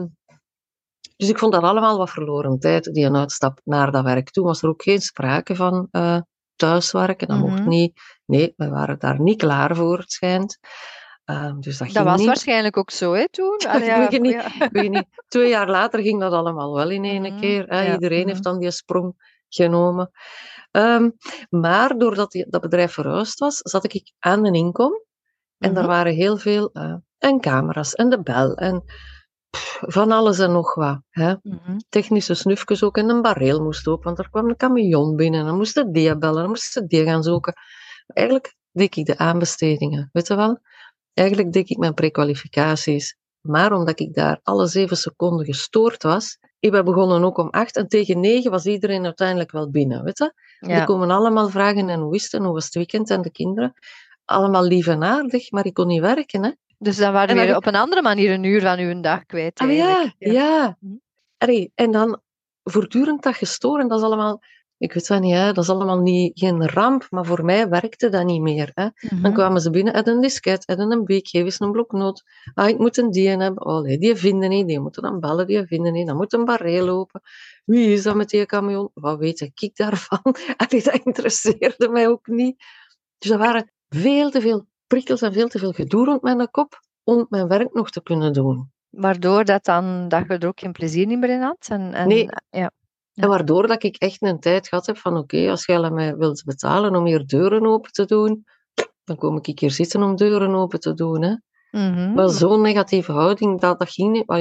[SPEAKER 3] Dus ik vond dat allemaal wat verloren tijd. Die een uitstap naar dat werk toe was er ook geen sprake van thuiswerken. Dat mocht niet. Nee, we waren daar niet klaar voor, het schijnt. Dus dat ging
[SPEAKER 2] was
[SPEAKER 3] niet.
[SPEAKER 2] Waarschijnlijk ook zo, hè, toen?
[SPEAKER 3] Weet niet. 2 jaar later ging dat allemaal wel in één keer. Hè.
[SPEAKER 2] Ja.
[SPEAKER 3] Iedereen heeft dan die sprong genomen. Maar doordat dat bedrijf verhuisd was, zat ik aan een inkom. En er waren heel veel en camera's en de bel en van alles en nog wat. Hè. Technische snufjes ook en een bareel moest open, want er kwam een camion binnen en dan moesten die bellen, dan moesten die gaan zoeken. Eigenlijk deed ik de aanbestedingen, weet je wel? Eigenlijk deed ik mijn prekwalificaties. Maar omdat ik daar alle 7 seconden gestoord was, ik ben begonnen ook om 8 en tegen 9 was iedereen uiteindelijk wel binnen, weet je?
[SPEAKER 2] Ja.
[SPEAKER 3] Die komen allemaal vragen en hoe is het en hoe was het weekend en de kinderen. Allemaal lief en aardig, maar ik kon niet werken, hè.
[SPEAKER 2] Dus dan waren we weer op een andere manier een uur van uw dag kwijt.
[SPEAKER 3] Ja. Allee, en dan voortdurend dat gestoord en dat is allemaal... Ik weet het niet, hè, dat is allemaal geen ramp, maar voor mij werkte dat niet meer. Hè. Dan kwamen ze binnen, hadden een disket, hadden een beek, geef eens een bloknoot. Ik moet een die hebben. Oh, nee, die vinden niet, die moeten dan bellen, die vinden niet. Dan moet een barreel lopen. Wie is dat met die camion? Wat weet ik daarvan? Allee, dat interesseerde mij ook niet. Dus er waren veel te veel prikkels en veel te veel gedoe rond mijn kop om mijn werk nog te kunnen doen.
[SPEAKER 2] Waardoor dat je er ook geen plezier niet meer in had?
[SPEAKER 3] Nee.
[SPEAKER 2] Ja.
[SPEAKER 3] En waardoor dat ik echt een tijd gehad heb van oké, als jij mij wilt betalen om hier deuren open te doen, dan kom ik hier zitten om deuren open te doen. Hè. Maar zo'n negatieve houding, dat ging niet.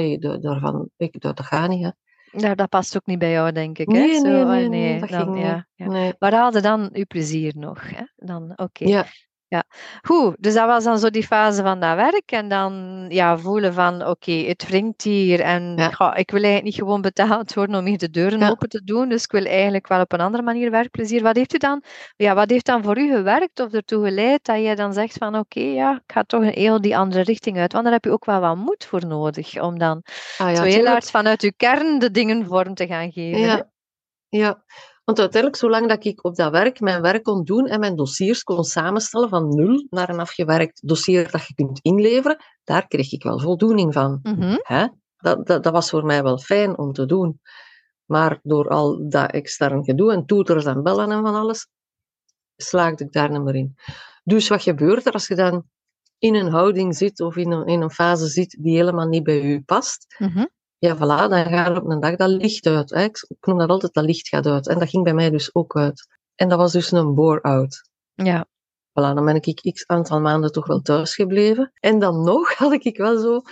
[SPEAKER 3] Dat gaat niet. Hè.
[SPEAKER 2] Ja, dat past ook niet bij jou, denk ik.
[SPEAKER 3] Nee,
[SPEAKER 2] hè?
[SPEAKER 3] nee, dat ging niet.
[SPEAKER 2] Ja.
[SPEAKER 3] Nee.
[SPEAKER 2] Waar haalde dan uw plezier nog? Hè? Dan, oké.
[SPEAKER 3] Ja.
[SPEAKER 2] Ja, goed. Dus dat was dan zo die fase van dat werk. En dan voelen van, oké, het wringt hier. En ik wil eigenlijk niet gewoon betaald worden om hier de deuren open te doen. Dus ik wil eigenlijk wel op een andere manier werkplezier. Wat heeft dan voor u gewerkt of ertoe geleid dat je dan zegt van, oké, ik ga toch een heel die andere richting uit. Want daar heb je ook wel wat moed voor nodig. Om dan zo heel hard vanuit uw kern de dingen vorm te gaan geven.
[SPEAKER 3] Ja. Want uiteindelijk, zolang dat ik op dat werk mijn werk kon doen en mijn dossiers kon samenstellen van 0 naar een afgewerkt dossier dat je kunt inleveren, daar kreeg ik wel voldoening van. Hè? Dat was voor mij wel fijn om te doen. Maar door al dat extern gedoe en toeters en bellen en van alles, slaagde ik daar niet meer in. Dus wat gebeurt er als je dan in een houding zit of in een fase zit die helemaal niet bij u past? Ja, voilà, dan gaat op een dag dat licht uit. Hè. Ik noem dat altijd, dat licht gaat uit. En dat ging bij mij dus ook uit. En dat was dus een bore-out.
[SPEAKER 2] Ja.
[SPEAKER 3] Voilà, dan ben ik x aantal maanden toch wel thuis gebleven. En dan nog had ik wel zo...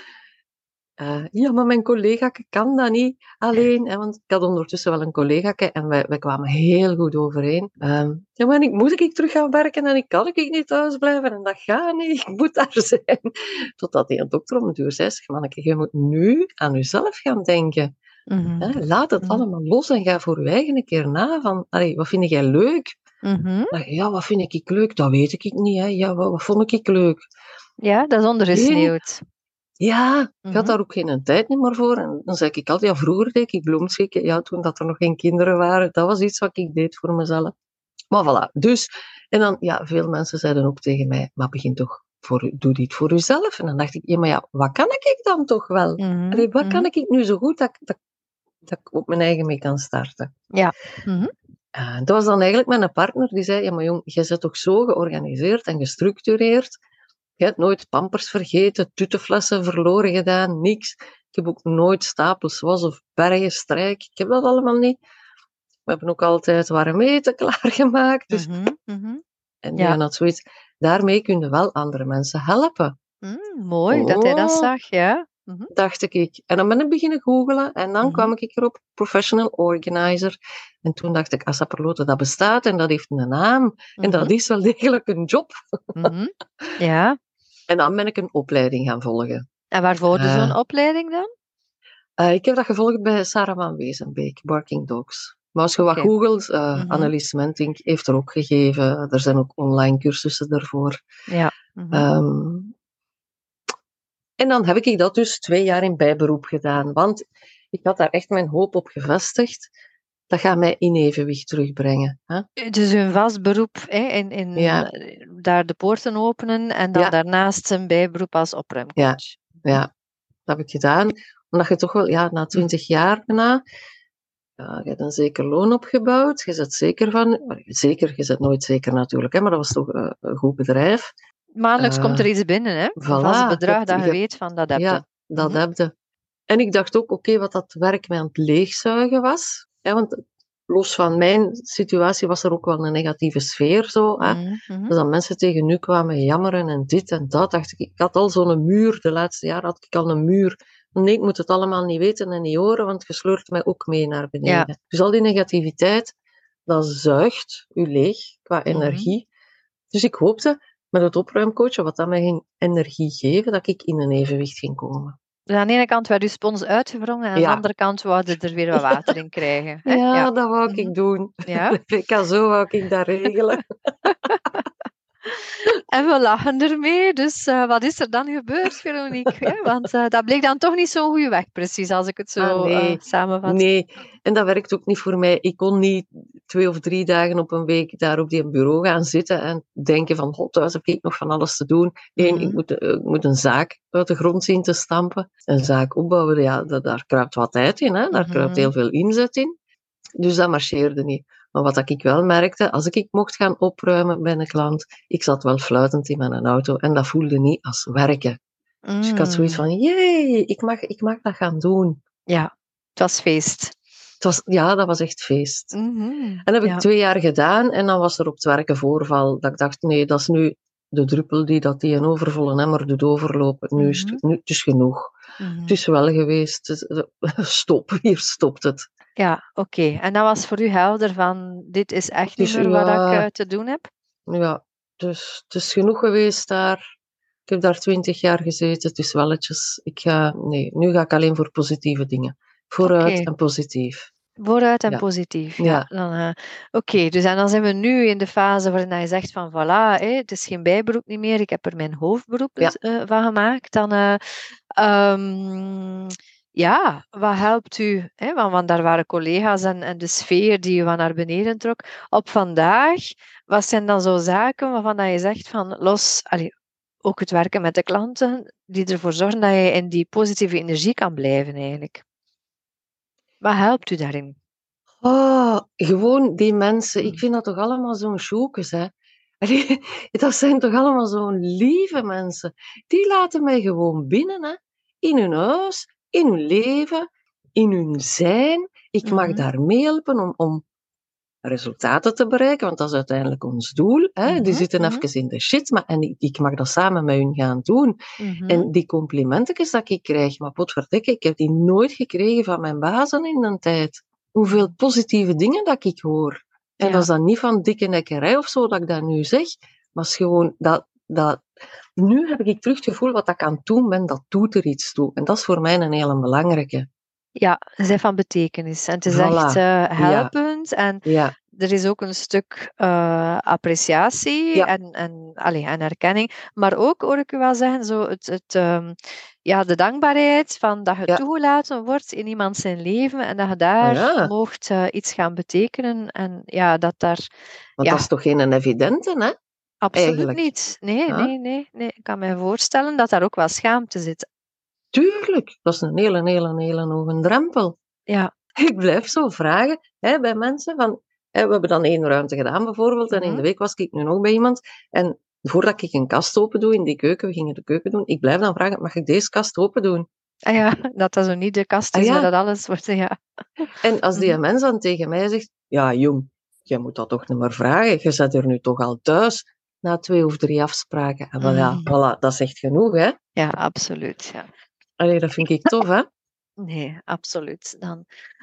[SPEAKER 3] ja, maar mijn collega kan dat niet alleen. Hè, want ik had ondertussen wel een collega en wij kwamen heel goed overeen. Ja, maar moet ik terug gaan werken en ik kan niet thuis blijven en dat gaat niet. Ik moet daar zijn. Totdat die dokter om de deur zei, zeg manneke, je moet nu aan jezelf gaan denken. Laat het allemaal los en ga voor je eigen een keer na van, wat vind jij leuk? Ja, wat vind ik leuk? Dat weet ik niet. Hè. Ja, wat vond ik leuk?
[SPEAKER 2] Ja, dat is ondergesneeuwd.
[SPEAKER 3] Ja, ik had daar ook geen tijd meer voor. En dan zei ik altijd, vroeger deed ik bloemschikken. Ja, toen dat er nog geen kinderen waren. Dat was iets wat ik deed voor mezelf. Maar voilà, dus. En dan, veel mensen zeiden ook tegen mij, maar begin toch, doe dit voor jezelf. En dan dacht ik, ja, maar wat kan ik dan toch wel? Wat kan ik nu zo goed dat ik op mijn eigen mee kan starten?
[SPEAKER 2] Ja.
[SPEAKER 3] Dat was dan eigenlijk mijn partner, die zei, ja, maar jong, jij bent toch zo georganiseerd en gestructureerd. Je hebt nooit pampers vergeten, tuttenflessen verloren gedaan, niks. Ik heb ook nooit stapels was of bergen strijk. Ik heb dat allemaal niet. We hebben ook altijd warm eten klaargemaakt. Dus... En die had zoiets. Daarmee kun je wel andere mensen helpen.
[SPEAKER 2] Mooi dat hij dat zag, ja.
[SPEAKER 3] Dacht ik. En dan ben ik beginnen googlen en dan kwam ik erop, professional organizer. En toen dacht ik, Assaperlote, dat bestaat en dat heeft een naam. En dat is wel degelijk een job.
[SPEAKER 2] Ja.
[SPEAKER 3] En dan ben ik een opleiding gaan volgen.
[SPEAKER 2] En waar volgde zo'n opleiding dan?
[SPEAKER 3] Ik heb dat gevolgd bij Sarah van Wezenbeek, Barking Dogs. Maar als je wat googelt, Annelies Mentink heeft er ook gegeven. Er zijn ook online cursussen daarvoor.
[SPEAKER 2] Ja.
[SPEAKER 3] En dan heb ik dat dus 2 jaar in bijberoep gedaan. Want ik had daar echt mijn hoop op gevestigd. Dat gaat mij in evenwicht terugbrengen. Hè?
[SPEAKER 2] Dus een vast beroep, daar de poorten openen en dan daarnaast een bijberoep als opruimcoach.
[SPEAKER 3] Ja, dat heb ik gedaan. Omdat je toch wel, na 20 jaar bijna, je hebt een zeker loon opgebouwd. Je zit zeker van, je zit nooit zeker natuurlijk, hè, maar dat was toch een goed bedrijf.
[SPEAKER 2] Maandelijks komt er iets binnen, hè? Een vast bedrag dat je weet van dat heb je.
[SPEAKER 3] Ja, dat heb je. En ik dacht ook, wat dat werk mij aan het leegzuigen was. Hè, want los van mijn situatie was er ook wel een negatieve sfeer. Zo, hè. Dus dat mensen tegen u kwamen jammeren en dit en dat. Dacht ik had al zo'n muur. De laatste jaren had ik al een muur. Nee, ik moet het allemaal niet weten en niet horen, want je sleurt mij ook mee naar beneden. Ja. Dus al die negativiteit, dat zuigt u leeg qua energie. Dus ik hoopte met het opruimcoachen, wat dat mij ging energie geven, dat ik in een evenwicht ging komen.
[SPEAKER 2] Dus aan de ene kant werd uw spons uitgewrongen en aan de andere kant wou er weer wat water in krijgen. Hè?
[SPEAKER 3] Ja, dat wou ik doen.
[SPEAKER 2] Ja?
[SPEAKER 3] Zo wou ik dat regelen.
[SPEAKER 2] En we lachen ermee, dus wat is er dan gebeurd, Veronique? Want dat bleek dan toch niet zo'n goede weg, precies, als ik het zo samenvat.
[SPEAKER 3] Nee, en dat werkt ook niet voor mij. Ik kon niet 2 of 3 dagen op een week daar op die bureau gaan zitten en denken van, thuis heb ik nog van alles te doen. Ik moet een zaak uit de grond zien te stampen. Een zaak opbouwen, daar kruipt wat tijd in, hè? Daar kruipt heel veel inzet in. Dus dat marcheerde niet. Maar wat ik wel merkte, als ik mocht gaan opruimen bij een klant, ik zat wel fluitend in mijn auto en dat voelde niet als werken. Dus ik had zoiets van, ik mag dat gaan doen.
[SPEAKER 2] Ja, het was feest.
[SPEAKER 3] Dat was echt feest. En dat heb ik 2 jaar gedaan en dan was er op het werk een voorval. Dat ik dacht, nee, dat is nu de druppel die een overvolle emmer doet overlopen. Nu is het is genoeg. Het is wel geweest. Stop, hier stopt het.
[SPEAKER 2] Ja, oké. En dat was voor u helder van, dit is echt niet meer wat ik te doen heb?
[SPEAKER 3] Ja, dus het is genoeg geweest daar. Ik heb daar 20 jaar gezeten, het is welletjes. Nu ga ik alleen voor positieve dingen. Vooruit en positief.
[SPEAKER 2] Vooruit en positief, ja. Oké, dus en dan zijn we nu in de fase waarin je zegt van, voilà, het is geen bijberoep niet meer, ik heb er mijn hoofdberoep van gemaakt. Dan... wat helpt u? Want daar waren collega's en de sfeer die u van naar beneden trok. Op vandaag, wat zijn dan zo zaken waarvan je zegt van ook het werken met de klanten, die ervoor zorgen dat je in die positieve energie kan blijven eigenlijk? Wat helpt u daarin?
[SPEAKER 3] Gewoon die mensen. Ik vind dat toch allemaal zo'n sjoekes, hè. Dat zijn toch allemaal zo'n lieve mensen. Die laten mij gewoon binnen, hè. In hun huis, in hun leven, in hun zijn. Ik mag daar meehelpen om resultaten te bereiken, want dat is uiteindelijk ons doel. Hè. Die zitten even in de shit, en ik mag dat samen met hun gaan doen. En die complimentjes dat ik krijg, maar potverdikke, ik heb die nooit gekregen van mijn bazen in een tijd. Hoeveel positieve dingen dat ik hoor. En dat is dan niet van dikke nekkerij of zo dat ik dat nu zeg, maar het is gewoon dat nu heb ik terug het gevoel wat ik aan het doen ben, dat doet er iets toe. En dat is voor mij een hele belangrijke.
[SPEAKER 2] Ja, ze zijn van betekenis. En het is echt helpend. En er is ook een stuk appreciatie en erkenning. Maar ook, hoor ik u wel zeggen, zo de dankbaarheid van dat je toegelaten wordt in iemand zijn leven en dat je daar mocht iets gaan betekenen. En dat daar...
[SPEAKER 3] Want dat is toch geen evidente, hè?
[SPEAKER 2] Absoluut
[SPEAKER 3] eigenlijk
[SPEAKER 2] niet. Nee. Ik kan me voorstellen dat daar ook wel schaamte zit.
[SPEAKER 3] Tuurlijk, dat is een hele hoge drempel.
[SPEAKER 2] Ja.
[SPEAKER 3] Ik blijf zo vragen bij mensen van... we hebben dan 1 ruimte gedaan bijvoorbeeld, en in de week was ik nu nog bij iemand. En voordat ik een kast open doe in die keuken, we gingen de keuken doen, ik blijf dan vragen, mag ik deze kast open doen?
[SPEAKER 2] Dat zo niet de kast is waar dat alles wordt,
[SPEAKER 3] En als die mens dan tegen mij zegt, ja jong, jij moet dat toch niet meer vragen, je zit er nu toch al thuis, na 2 of 3 afspraken. En voilà, dat is echt genoeg, hè?
[SPEAKER 2] Ja, absoluut, ja.
[SPEAKER 3] Allee, dat vind ik tof, hè?
[SPEAKER 2] Nee, absoluut. Dan,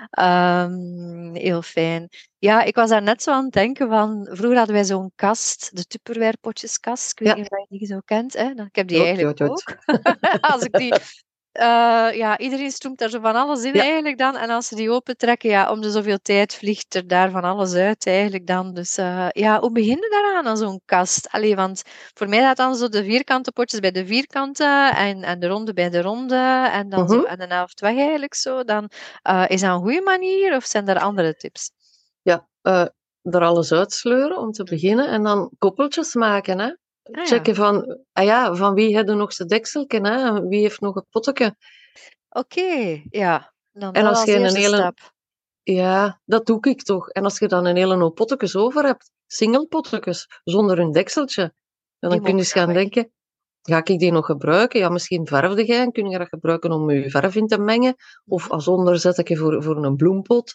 [SPEAKER 2] heel fijn. Ja, ik was daar net zo aan het denken van... Vroeger hadden wij zo'n kast, de Tupperware potjeskast. Ik weet niet of je die zo kent. Hè? Ik heb die eigenlijk ook. Als ik die Ja, iedereen stroomt daar zo van alles in
[SPEAKER 3] Ja.
[SPEAKER 2] eigenlijk dan. En als ze die opentrekken, ja, om de zoveel tijd vliegt er daar van alles uit eigenlijk dan. Dus ja, hoe begin je daaraan aan zo'n kast? Allee, want voor mij dat dan zo de vierkante potjes bij de vierkante en de ronde bij de ronde en dan zo en de helft weg eigenlijk zo. Dan, is dat een goede manier of zijn er andere tips?
[SPEAKER 3] Ja, er alles uitsleuren om te beginnen en dan koppeltjes maken. Hè? Checken van wie heeft er nog zijn dekselken, hè? Wie heeft nog een potje.
[SPEAKER 2] Oké, ja. Dan
[SPEAKER 3] En
[SPEAKER 2] dat
[SPEAKER 3] als
[SPEAKER 2] als
[SPEAKER 3] je
[SPEAKER 2] eerste stap.
[SPEAKER 3] Ja, dat doe ik toch. En als je dan een hele hoop potjes over hebt, single potjes, zonder een dekseltje, dan kun je eens gaan denken, ga ik die nog gebruiken? Ja, misschien verfde jij en kun je dat gebruiken om je verf in te mengen. Of als onderzetje voor een bloempot.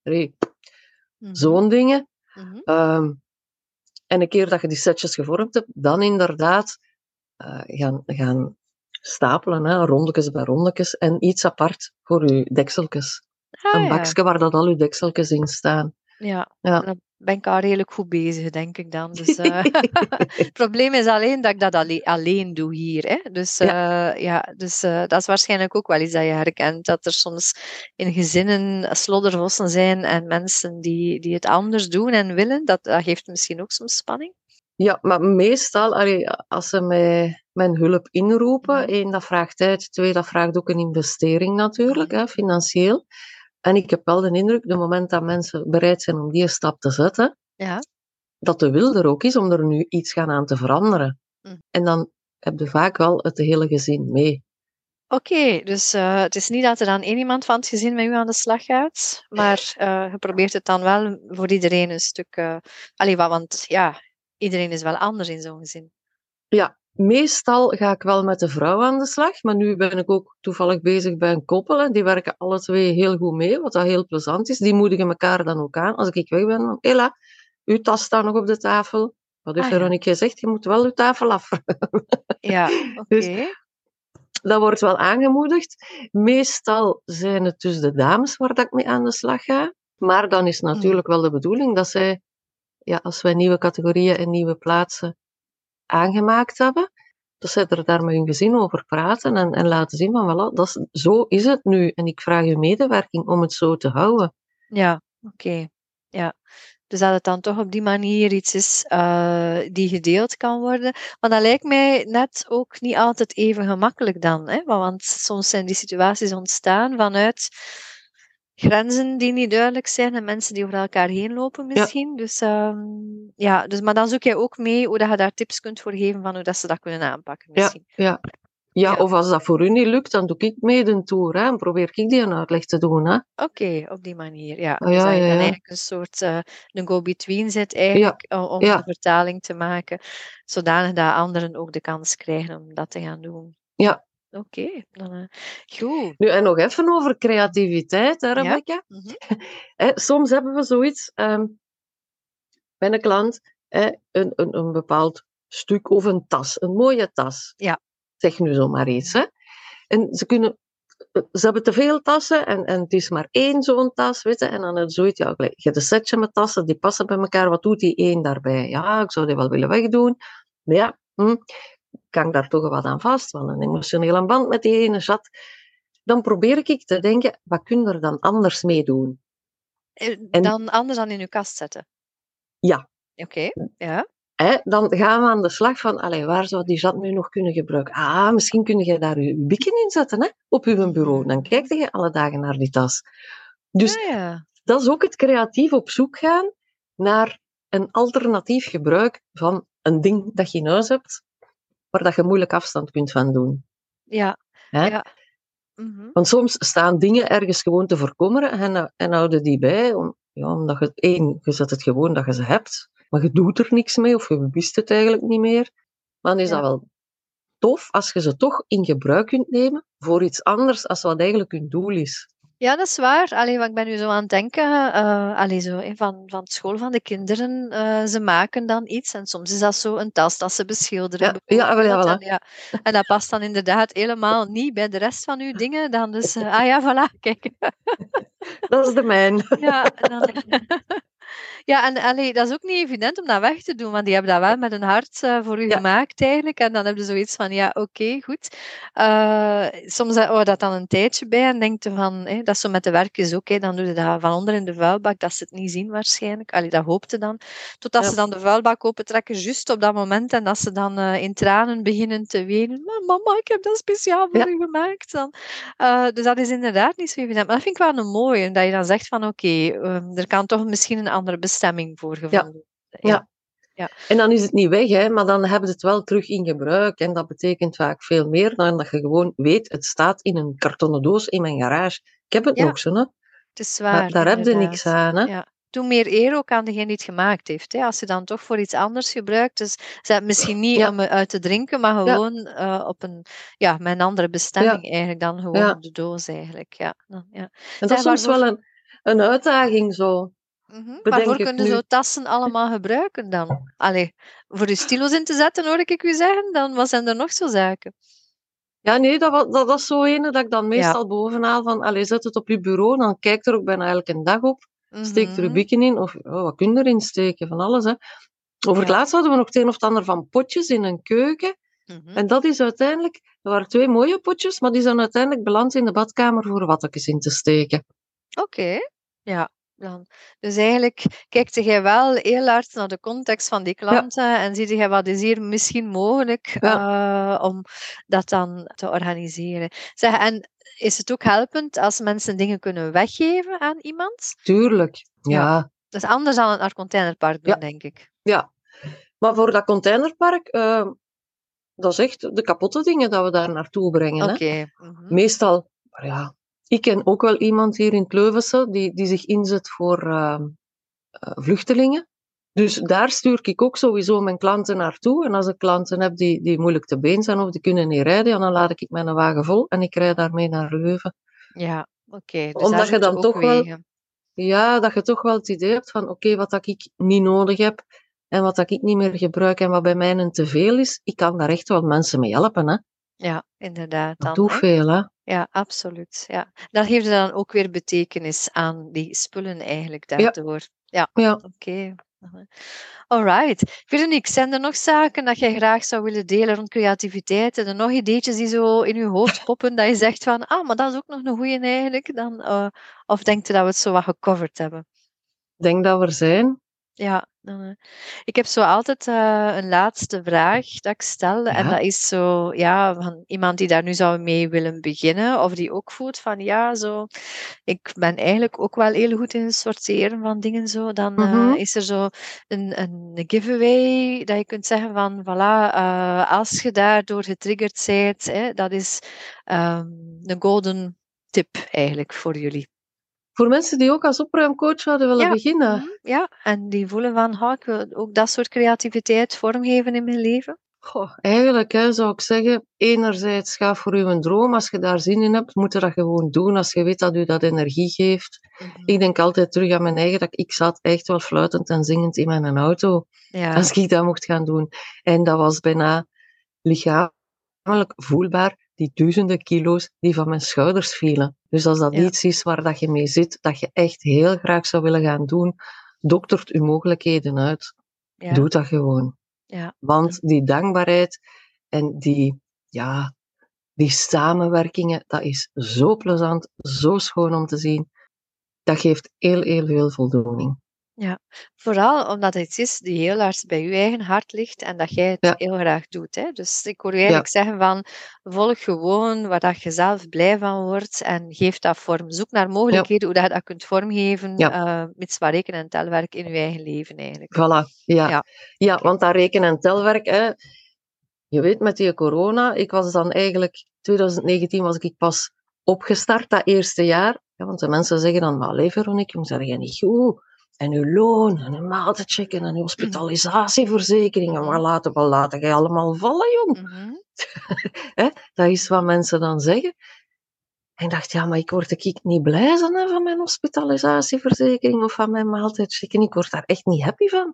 [SPEAKER 3] Zo'n dingen. En een keer dat je die setjes gevormd hebt, dan inderdaad gaan stapelen, hè, rondekes bij rondekes, en iets apart voor je dekseltjes. Een bakje waar dat al je dekseltjes in staan.
[SPEAKER 2] Ja, dan ben ik al redelijk goed bezig, denk ik dan. Dus, het probleem is alleen dat ik dat alleen doe hier. Hè. Dus, dat is waarschijnlijk ook wel iets dat je herkent. Dat er soms in gezinnen sloddervossen zijn en mensen die het anders doen en willen. Dat geeft misschien ook soms spanning.
[SPEAKER 3] Ja, maar meestal, als ze mijn hulp inroepen, één, dat vraagt tijd, twee, dat vraagt ook een investering natuurlijk, hè, financieel. En ik heb wel de indruk, de moment dat mensen bereid zijn om die stap te zetten, dat de wil er ook is om er nu iets aan te veranderen. En dan heb je vaak wel het hele gezin mee. Oké,
[SPEAKER 2] dus het is niet dat er dan één iemand van het gezin met u aan de slag gaat, maar je probeert het dan wel voor iedereen een stuk... want ja, iedereen is wel anders in zo'n gezin.
[SPEAKER 3] Ja, meestal ga ik wel met de vrouw aan de slag, maar nu ben ik ook toevallig bezig bij een koppel. En die werken alle twee heel goed mee, wat dat heel plezant is. Die moedigen elkaar dan ook aan. Als ik weg ben, dan, Ella, uw tas staat nog op de tafel. Wat heeft Veronique gezegd? Je moet wel uw tafel afruimen.
[SPEAKER 2] Ja, oké.
[SPEAKER 3] Dus dat wordt wel aangemoedigd. Meestal zijn het dus de dames waar dat ik mee aan de slag ga. Maar dan is natuurlijk wel de bedoeling dat zij, als wij nieuwe categorieën en nieuwe plaatsen aangemaakt hebben, dat zij er daar met hun gezin over praten en laten zien van, voilà, zo is het nu. En ik vraag uw medewerking om het zo te houden.
[SPEAKER 2] Ja, oké. Ja. Dus dat het dan toch op die manier iets is die gedeeld kan worden. Maar dat lijkt mij net ook niet altijd even gemakkelijk dan. Hè? Want soms zijn die situaties ontstaan vanuit grenzen die niet duidelijk zijn en mensen die over elkaar heen lopen misschien. Ja. Maar dan zoek jij ook mee hoe dat je daar tips kunt voor geven van hoe dat ze dat kunnen aanpakken misschien.
[SPEAKER 3] Ja, of als dat voor u niet lukt, dan doe ik mee de tour en probeer ik die een uitleg te doen.
[SPEAKER 2] Oké, op die manier, ja. Dus dat je dan eigenlijk een soort een go-between zit eigenlijk om de vertaling te maken, zodanig dat anderen ook de kans krijgen om dat te gaan doen.
[SPEAKER 3] Ja.
[SPEAKER 2] Oké, dan goed.
[SPEAKER 3] Nu, en nog even over creativiteit, hè, Rebecca. Soms hebben we zoiets bij een klant, een bepaald stuk of een tas, een mooie tas.
[SPEAKER 2] Ja.
[SPEAKER 3] Zeg nu zomaar iets. Hè. En ze hebben te veel tassen en het is maar één zo'n tas, weet je. En dan heb je zoiets, je hebt een setje met tassen, die passen bij elkaar, wat doet die één daarbij? Ja, ik zou die wel willen wegdoen. Maar ja, kan ik daar toch wat aan vast, wel een emotionele band met die ene zat. Dan probeer ik te denken, wat kun je er dan anders mee doen?
[SPEAKER 2] Dan anders dan in je kast zetten?
[SPEAKER 3] Ja.
[SPEAKER 2] Oké, ja.
[SPEAKER 3] Dan gaan we aan de slag van, waar zou die zat nu nog kunnen gebruiken? Misschien kun je daar je bikken in zetten, op je bureau. Dan kijk je alle dagen naar die tas. Dus dat is ook het creatief op zoek gaan naar een alternatief gebruik van een ding dat je in huis hebt, waar dat je moeilijk afstand kunt van doen.
[SPEAKER 2] Ja.
[SPEAKER 3] Want soms staan dingen ergens gewoon te verkommeren en houden die bij, omdat je zet het gewoon dat je ze hebt, maar je doet er niks mee of je wist het eigenlijk niet meer. Maar dan is dat wel tof als je ze toch in gebruik kunt nemen voor iets anders als wat eigenlijk hun doel is.
[SPEAKER 2] Ja, dat is waar. Want ik ben nu zo aan het denken, van het school van de kinderen, ze maken dan iets en soms is dat zo een tas dat ze beschilderen.
[SPEAKER 3] Ja.
[SPEAKER 2] En dat past dan inderdaad helemaal niet bij de rest van uw dingen. Dan dus, voilà, kijk.
[SPEAKER 3] Dat is de mijn.
[SPEAKER 2] Ja, Ja, en allee, dat is ook niet evident om dat weg te doen, want die hebben dat wel met een hart voor u gemaakt eigenlijk. En dan hebben ze zoiets van, ja, oké, goed. Soms houdt dat dan een tijdje bij en denkt je van, dat is zo met de werkjes ook, dan doe je dat van onder in de vuilbak, dat ze het niet zien waarschijnlijk. Allee, dat hoopte dan. Totdat ze dan de vuilbak opentrekken, juist op dat moment, en dat ze dan in tranen beginnen te wenen. Maar mama, ik heb dat speciaal voor u gemaakt. Dan. Dus dat is inderdaad niet zo evident. Maar dat vind ik wel een mooie, dat je dan zegt van, oké, er kan toch misschien een andere bestemming voor gevonden.
[SPEAKER 3] Ja. En dan is het niet weg, hè, maar dan hebben ze het wel terug in gebruik. En dat betekent vaak veel meer dan dat je gewoon weet, het staat in een kartonnen doos in mijn garage. Ik heb het nog zo, hè.
[SPEAKER 2] Het is waar,
[SPEAKER 3] daar heb je niks aan, hè.
[SPEAKER 2] Ja. Doe meer eer ook aan degene die het gemaakt heeft. Hè. Als je dan toch voor iets anders gebruikt, dus misschien niet om uit te drinken, maar gewoon met een andere bestemming eigenlijk dan gewoon op de doos eigenlijk. Ja.
[SPEAKER 3] En dat is soms wel een uitdaging zo.
[SPEAKER 2] Waarvoor kunnen zo tassen allemaal gebruiken dan? Allee, voor je stilo's in te zetten, hoor ik u zeggen, dan wat zijn er nog zo zaken?
[SPEAKER 3] Ja, nee, dat is zo ene dat ik dan meestal bovenhaal van, zet het op je bureau, dan kijk er ook bijna elke dag op, steek er je bieken in, of wat kun je erin steken, van alles. Hè. Over het laatst hadden we nog het een of het ander van potjes in een keuken. En dat is uiteindelijk, er waren 2 mooie potjes, maar die zijn uiteindelijk beland in de badkamer voor wattekjes in te steken.
[SPEAKER 2] Oké, ja. Dan. Dus eigenlijk kijkt jij wel heel hard naar de context van die klanten en zie je wat is hier misschien mogelijk om dat dan te organiseren. Zeg, en is het ook helpend als mensen dingen kunnen weggeven aan iemand?
[SPEAKER 3] Tuurlijk, ja.
[SPEAKER 2] Dat is anders dan het naar containerpark doen, denk ik.
[SPEAKER 3] Ja, maar voor dat containerpark, dat is echt de kapotte dingen dat we daar naartoe brengen.
[SPEAKER 2] Oké.
[SPEAKER 3] Meestal, ik ken ook wel iemand hier in het Leuvense die zich inzet voor vluchtelingen. Dus daar stuur ik ook sowieso mijn klanten naartoe. En als ik klanten heb die moeilijk te been zijn of die kunnen niet rijden, dan laat ik mijn wagen vol en ik rijd daarmee naar Leuven.
[SPEAKER 2] Ja, oké. Dus
[SPEAKER 3] omdat je dan toch
[SPEAKER 2] wegen.
[SPEAKER 3] dat je toch wel het idee hebt van oké, wat dat ik niet nodig heb en wat dat ik niet meer gebruik en wat bij mij een te veel is, ik kan daar echt wel mensen mee helpen. Hè?
[SPEAKER 2] Ja, inderdaad.
[SPEAKER 3] Dat doet veel, hè?
[SPEAKER 2] Ja, absoluut. Ja. Dat geeft dan ook weer betekenis aan die spullen eigenlijk daardoor. Ja. Oké. Alright. Veronique, zijn er nog zaken dat jij graag zou willen delen rond creativiteit? En er nog ideetjes die zo in je hoofd poppen, dat je zegt van, maar dat is ook nog een goeie eigenlijk? Dan, of denk je dat we het zo wat gecoverd hebben?
[SPEAKER 3] Ik denk dat we er zijn.
[SPEAKER 2] Ja, ik heb zo altijd een laatste vraag dat ik stel. En dat is zo, van iemand die daar nu zou mee willen beginnen. Of die ook voelt van, ik ben eigenlijk ook wel heel goed in het sorteren van dingen zo. Dan is er zo een giveaway dat je kunt zeggen van, voilà, als je daardoor getriggerd bent, dat is een golden tip eigenlijk voor jullie.
[SPEAKER 3] Voor mensen die ook als opruimcoach zouden willen beginnen.
[SPEAKER 2] Ja, en die voelen van, ik wil ook dat soort creativiteit vormgeven in mijn leven.
[SPEAKER 3] Eigenlijk zou ik zeggen, enerzijds ga voor je droom. Als je daar zin in hebt, moet je dat gewoon doen. Als je weet dat u dat energie geeft. Ik denk altijd terug aan mijn eigen, dat ik zat echt wel fluitend en zingend in mijn auto. Als ik dat mocht gaan doen. En dat was bijna lichamelijk voelbaar. Die duizenden kilo's die van mijn schouders vielen. Dus als dat iets is waar dat je mee zit, dat je echt heel graag zou willen gaan doen, doktert je mogelijkheden uit. Doe dat gewoon.
[SPEAKER 2] Ja.
[SPEAKER 3] Want die dankbaarheid en die samenwerkingen, dat is zo plezant, zo schoon om te zien. Dat geeft heel, heel veel voldoening.
[SPEAKER 2] Ja, vooral omdat het iets is die heel hard bij je eigen hart ligt en dat jij het heel graag doet. Hè? Dus ik hoor je eigenlijk zeggen van, volg gewoon waar dat je zelf blij van wordt en geef dat vorm. Zoek naar mogelijkheden hoe dat je dat kunt vormgeven, met wat rekenen- en telwerk in je eigen leven eigenlijk.
[SPEAKER 3] Voilà, ja, want dat rekenen- en telwerk, je weet met die corona, ik was dan eigenlijk, 2019 was ik pas opgestart, dat eerste jaar. Ja, want de mensen zeggen dan, maar Veronique, jong, zeg je niet goed? En uw loon, en uw maatchecken, en uw hospitalisatieverzekeringen, maar laten jij allemaal vallen, jong. Dat is wat mensen dan zeggen. En ik dacht, maar ik word niet blij van mijn hospitalisatieverzekering of van mijn maaltijdchecken. Ik word daar echt niet happy van.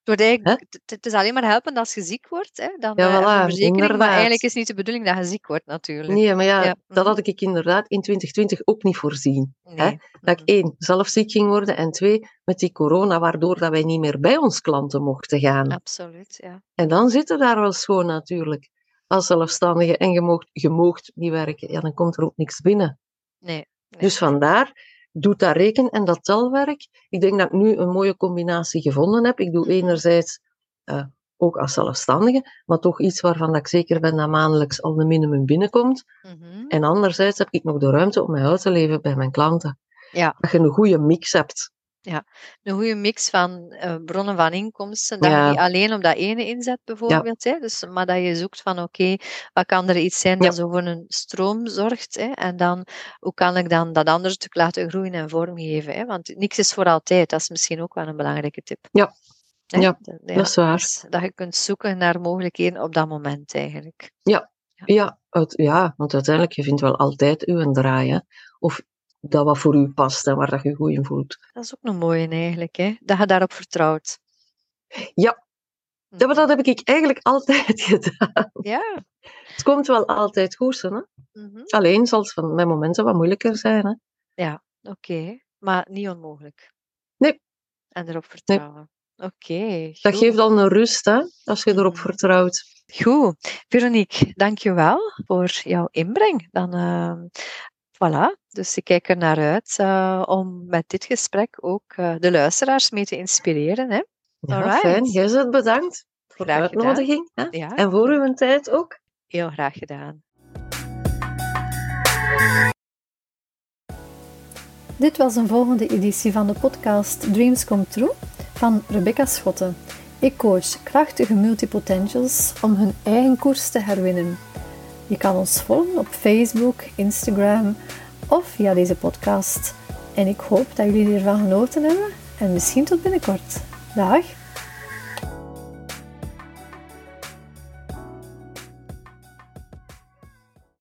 [SPEAKER 2] Het is alleen maar helpend als je ziek wordt. Hè? Dan
[SPEAKER 3] Ja,
[SPEAKER 2] heb je
[SPEAKER 3] voilà,
[SPEAKER 2] een verzekering, maar
[SPEAKER 3] inderdaad.
[SPEAKER 2] eigenlijk is het niet de bedoeling dat je ziek wordt natuurlijk.
[SPEAKER 3] Nee, maar ja, dat had ik inderdaad in 2020 ook niet voorzien.
[SPEAKER 2] Nee.
[SPEAKER 3] Hè? Dat ik 1, zelf ziek ging worden en 2, met die corona, waardoor dat wij niet meer bij ons klanten mochten gaan.
[SPEAKER 2] Absoluut, ja.
[SPEAKER 3] En dan zit er daar wel schoon natuurlijk. Als zelfstandige en je moogt niet werken, ja, dan komt er ook niks binnen.
[SPEAKER 2] Nee.
[SPEAKER 3] Dus vandaar, doe dat reken en dat telwerk. Ik denk dat ik nu een mooie combinatie gevonden heb. Ik doe enerzijds ook als zelfstandige, maar toch iets waarvan ik zeker ben dat maandelijks al een minimum binnenkomt. En anderzijds heb ik nog de ruimte om mij uit te leven bij mijn klanten.
[SPEAKER 2] Ja.
[SPEAKER 3] Dat je een goede mix hebt.
[SPEAKER 2] Ja, een goede mix van bronnen van inkomsten, dat je niet alleen op dat ene inzet bijvoorbeeld, hè, dus, maar dat je zoekt van oké, wat kan er iets zijn dat zo voor een stroom zorgt, hè, en dan hoe kan ik dan dat andere stuk laten groeien en vormgeven, hè, want niks is voor altijd, dat is misschien ook wel een belangrijke tip.
[SPEAKER 3] Ja, dat is waar.
[SPEAKER 2] Dus dat je kunt zoeken naar mogelijkheden op dat moment eigenlijk.
[SPEAKER 3] Ja, want uiteindelijk, je vindt wel altijd uw draai, hè, of dat wat voor u past en waar dat je goed in voelt.
[SPEAKER 2] Dat is ook een mooie eigenlijk, hè? Dat je daarop vertrouwt.
[SPEAKER 3] Ja, maar dat heb ik eigenlijk altijd gedaan.
[SPEAKER 2] Ja.
[SPEAKER 3] Het komt wel altijd goed, hè? Alleen zal het met momenten wat moeilijker zijn. Hè?
[SPEAKER 2] Ja, oké. Maar niet onmogelijk.
[SPEAKER 3] Nee.
[SPEAKER 2] En erop vertrouwen. Oké.
[SPEAKER 3] Dat geeft al een rust, hè, als je erop vertrouwt.
[SPEAKER 2] Goed. Veronique, dank je wel voor jouw inbreng. Dan... Voilà, dus ik kijk er naar uit om met dit gesprek ook de luisteraars mee te inspireren. Hè?
[SPEAKER 3] Ja, fijn. Jij bent bedankt voor de uitnodiging. Hè? Ja. En voor uw tijd ook.
[SPEAKER 2] Heel graag gedaan.
[SPEAKER 1] Dit was een volgende editie van de podcast Dreams Come True van Rebecca Schotten. Ik coach krachtige multipotentials om hun eigen koers te herwinnen. Je kan ons volgen op Facebook, Instagram of via deze podcast. En ik hoop dat jullie ervan genoten hebben en misschien tot binnenkort. Dag!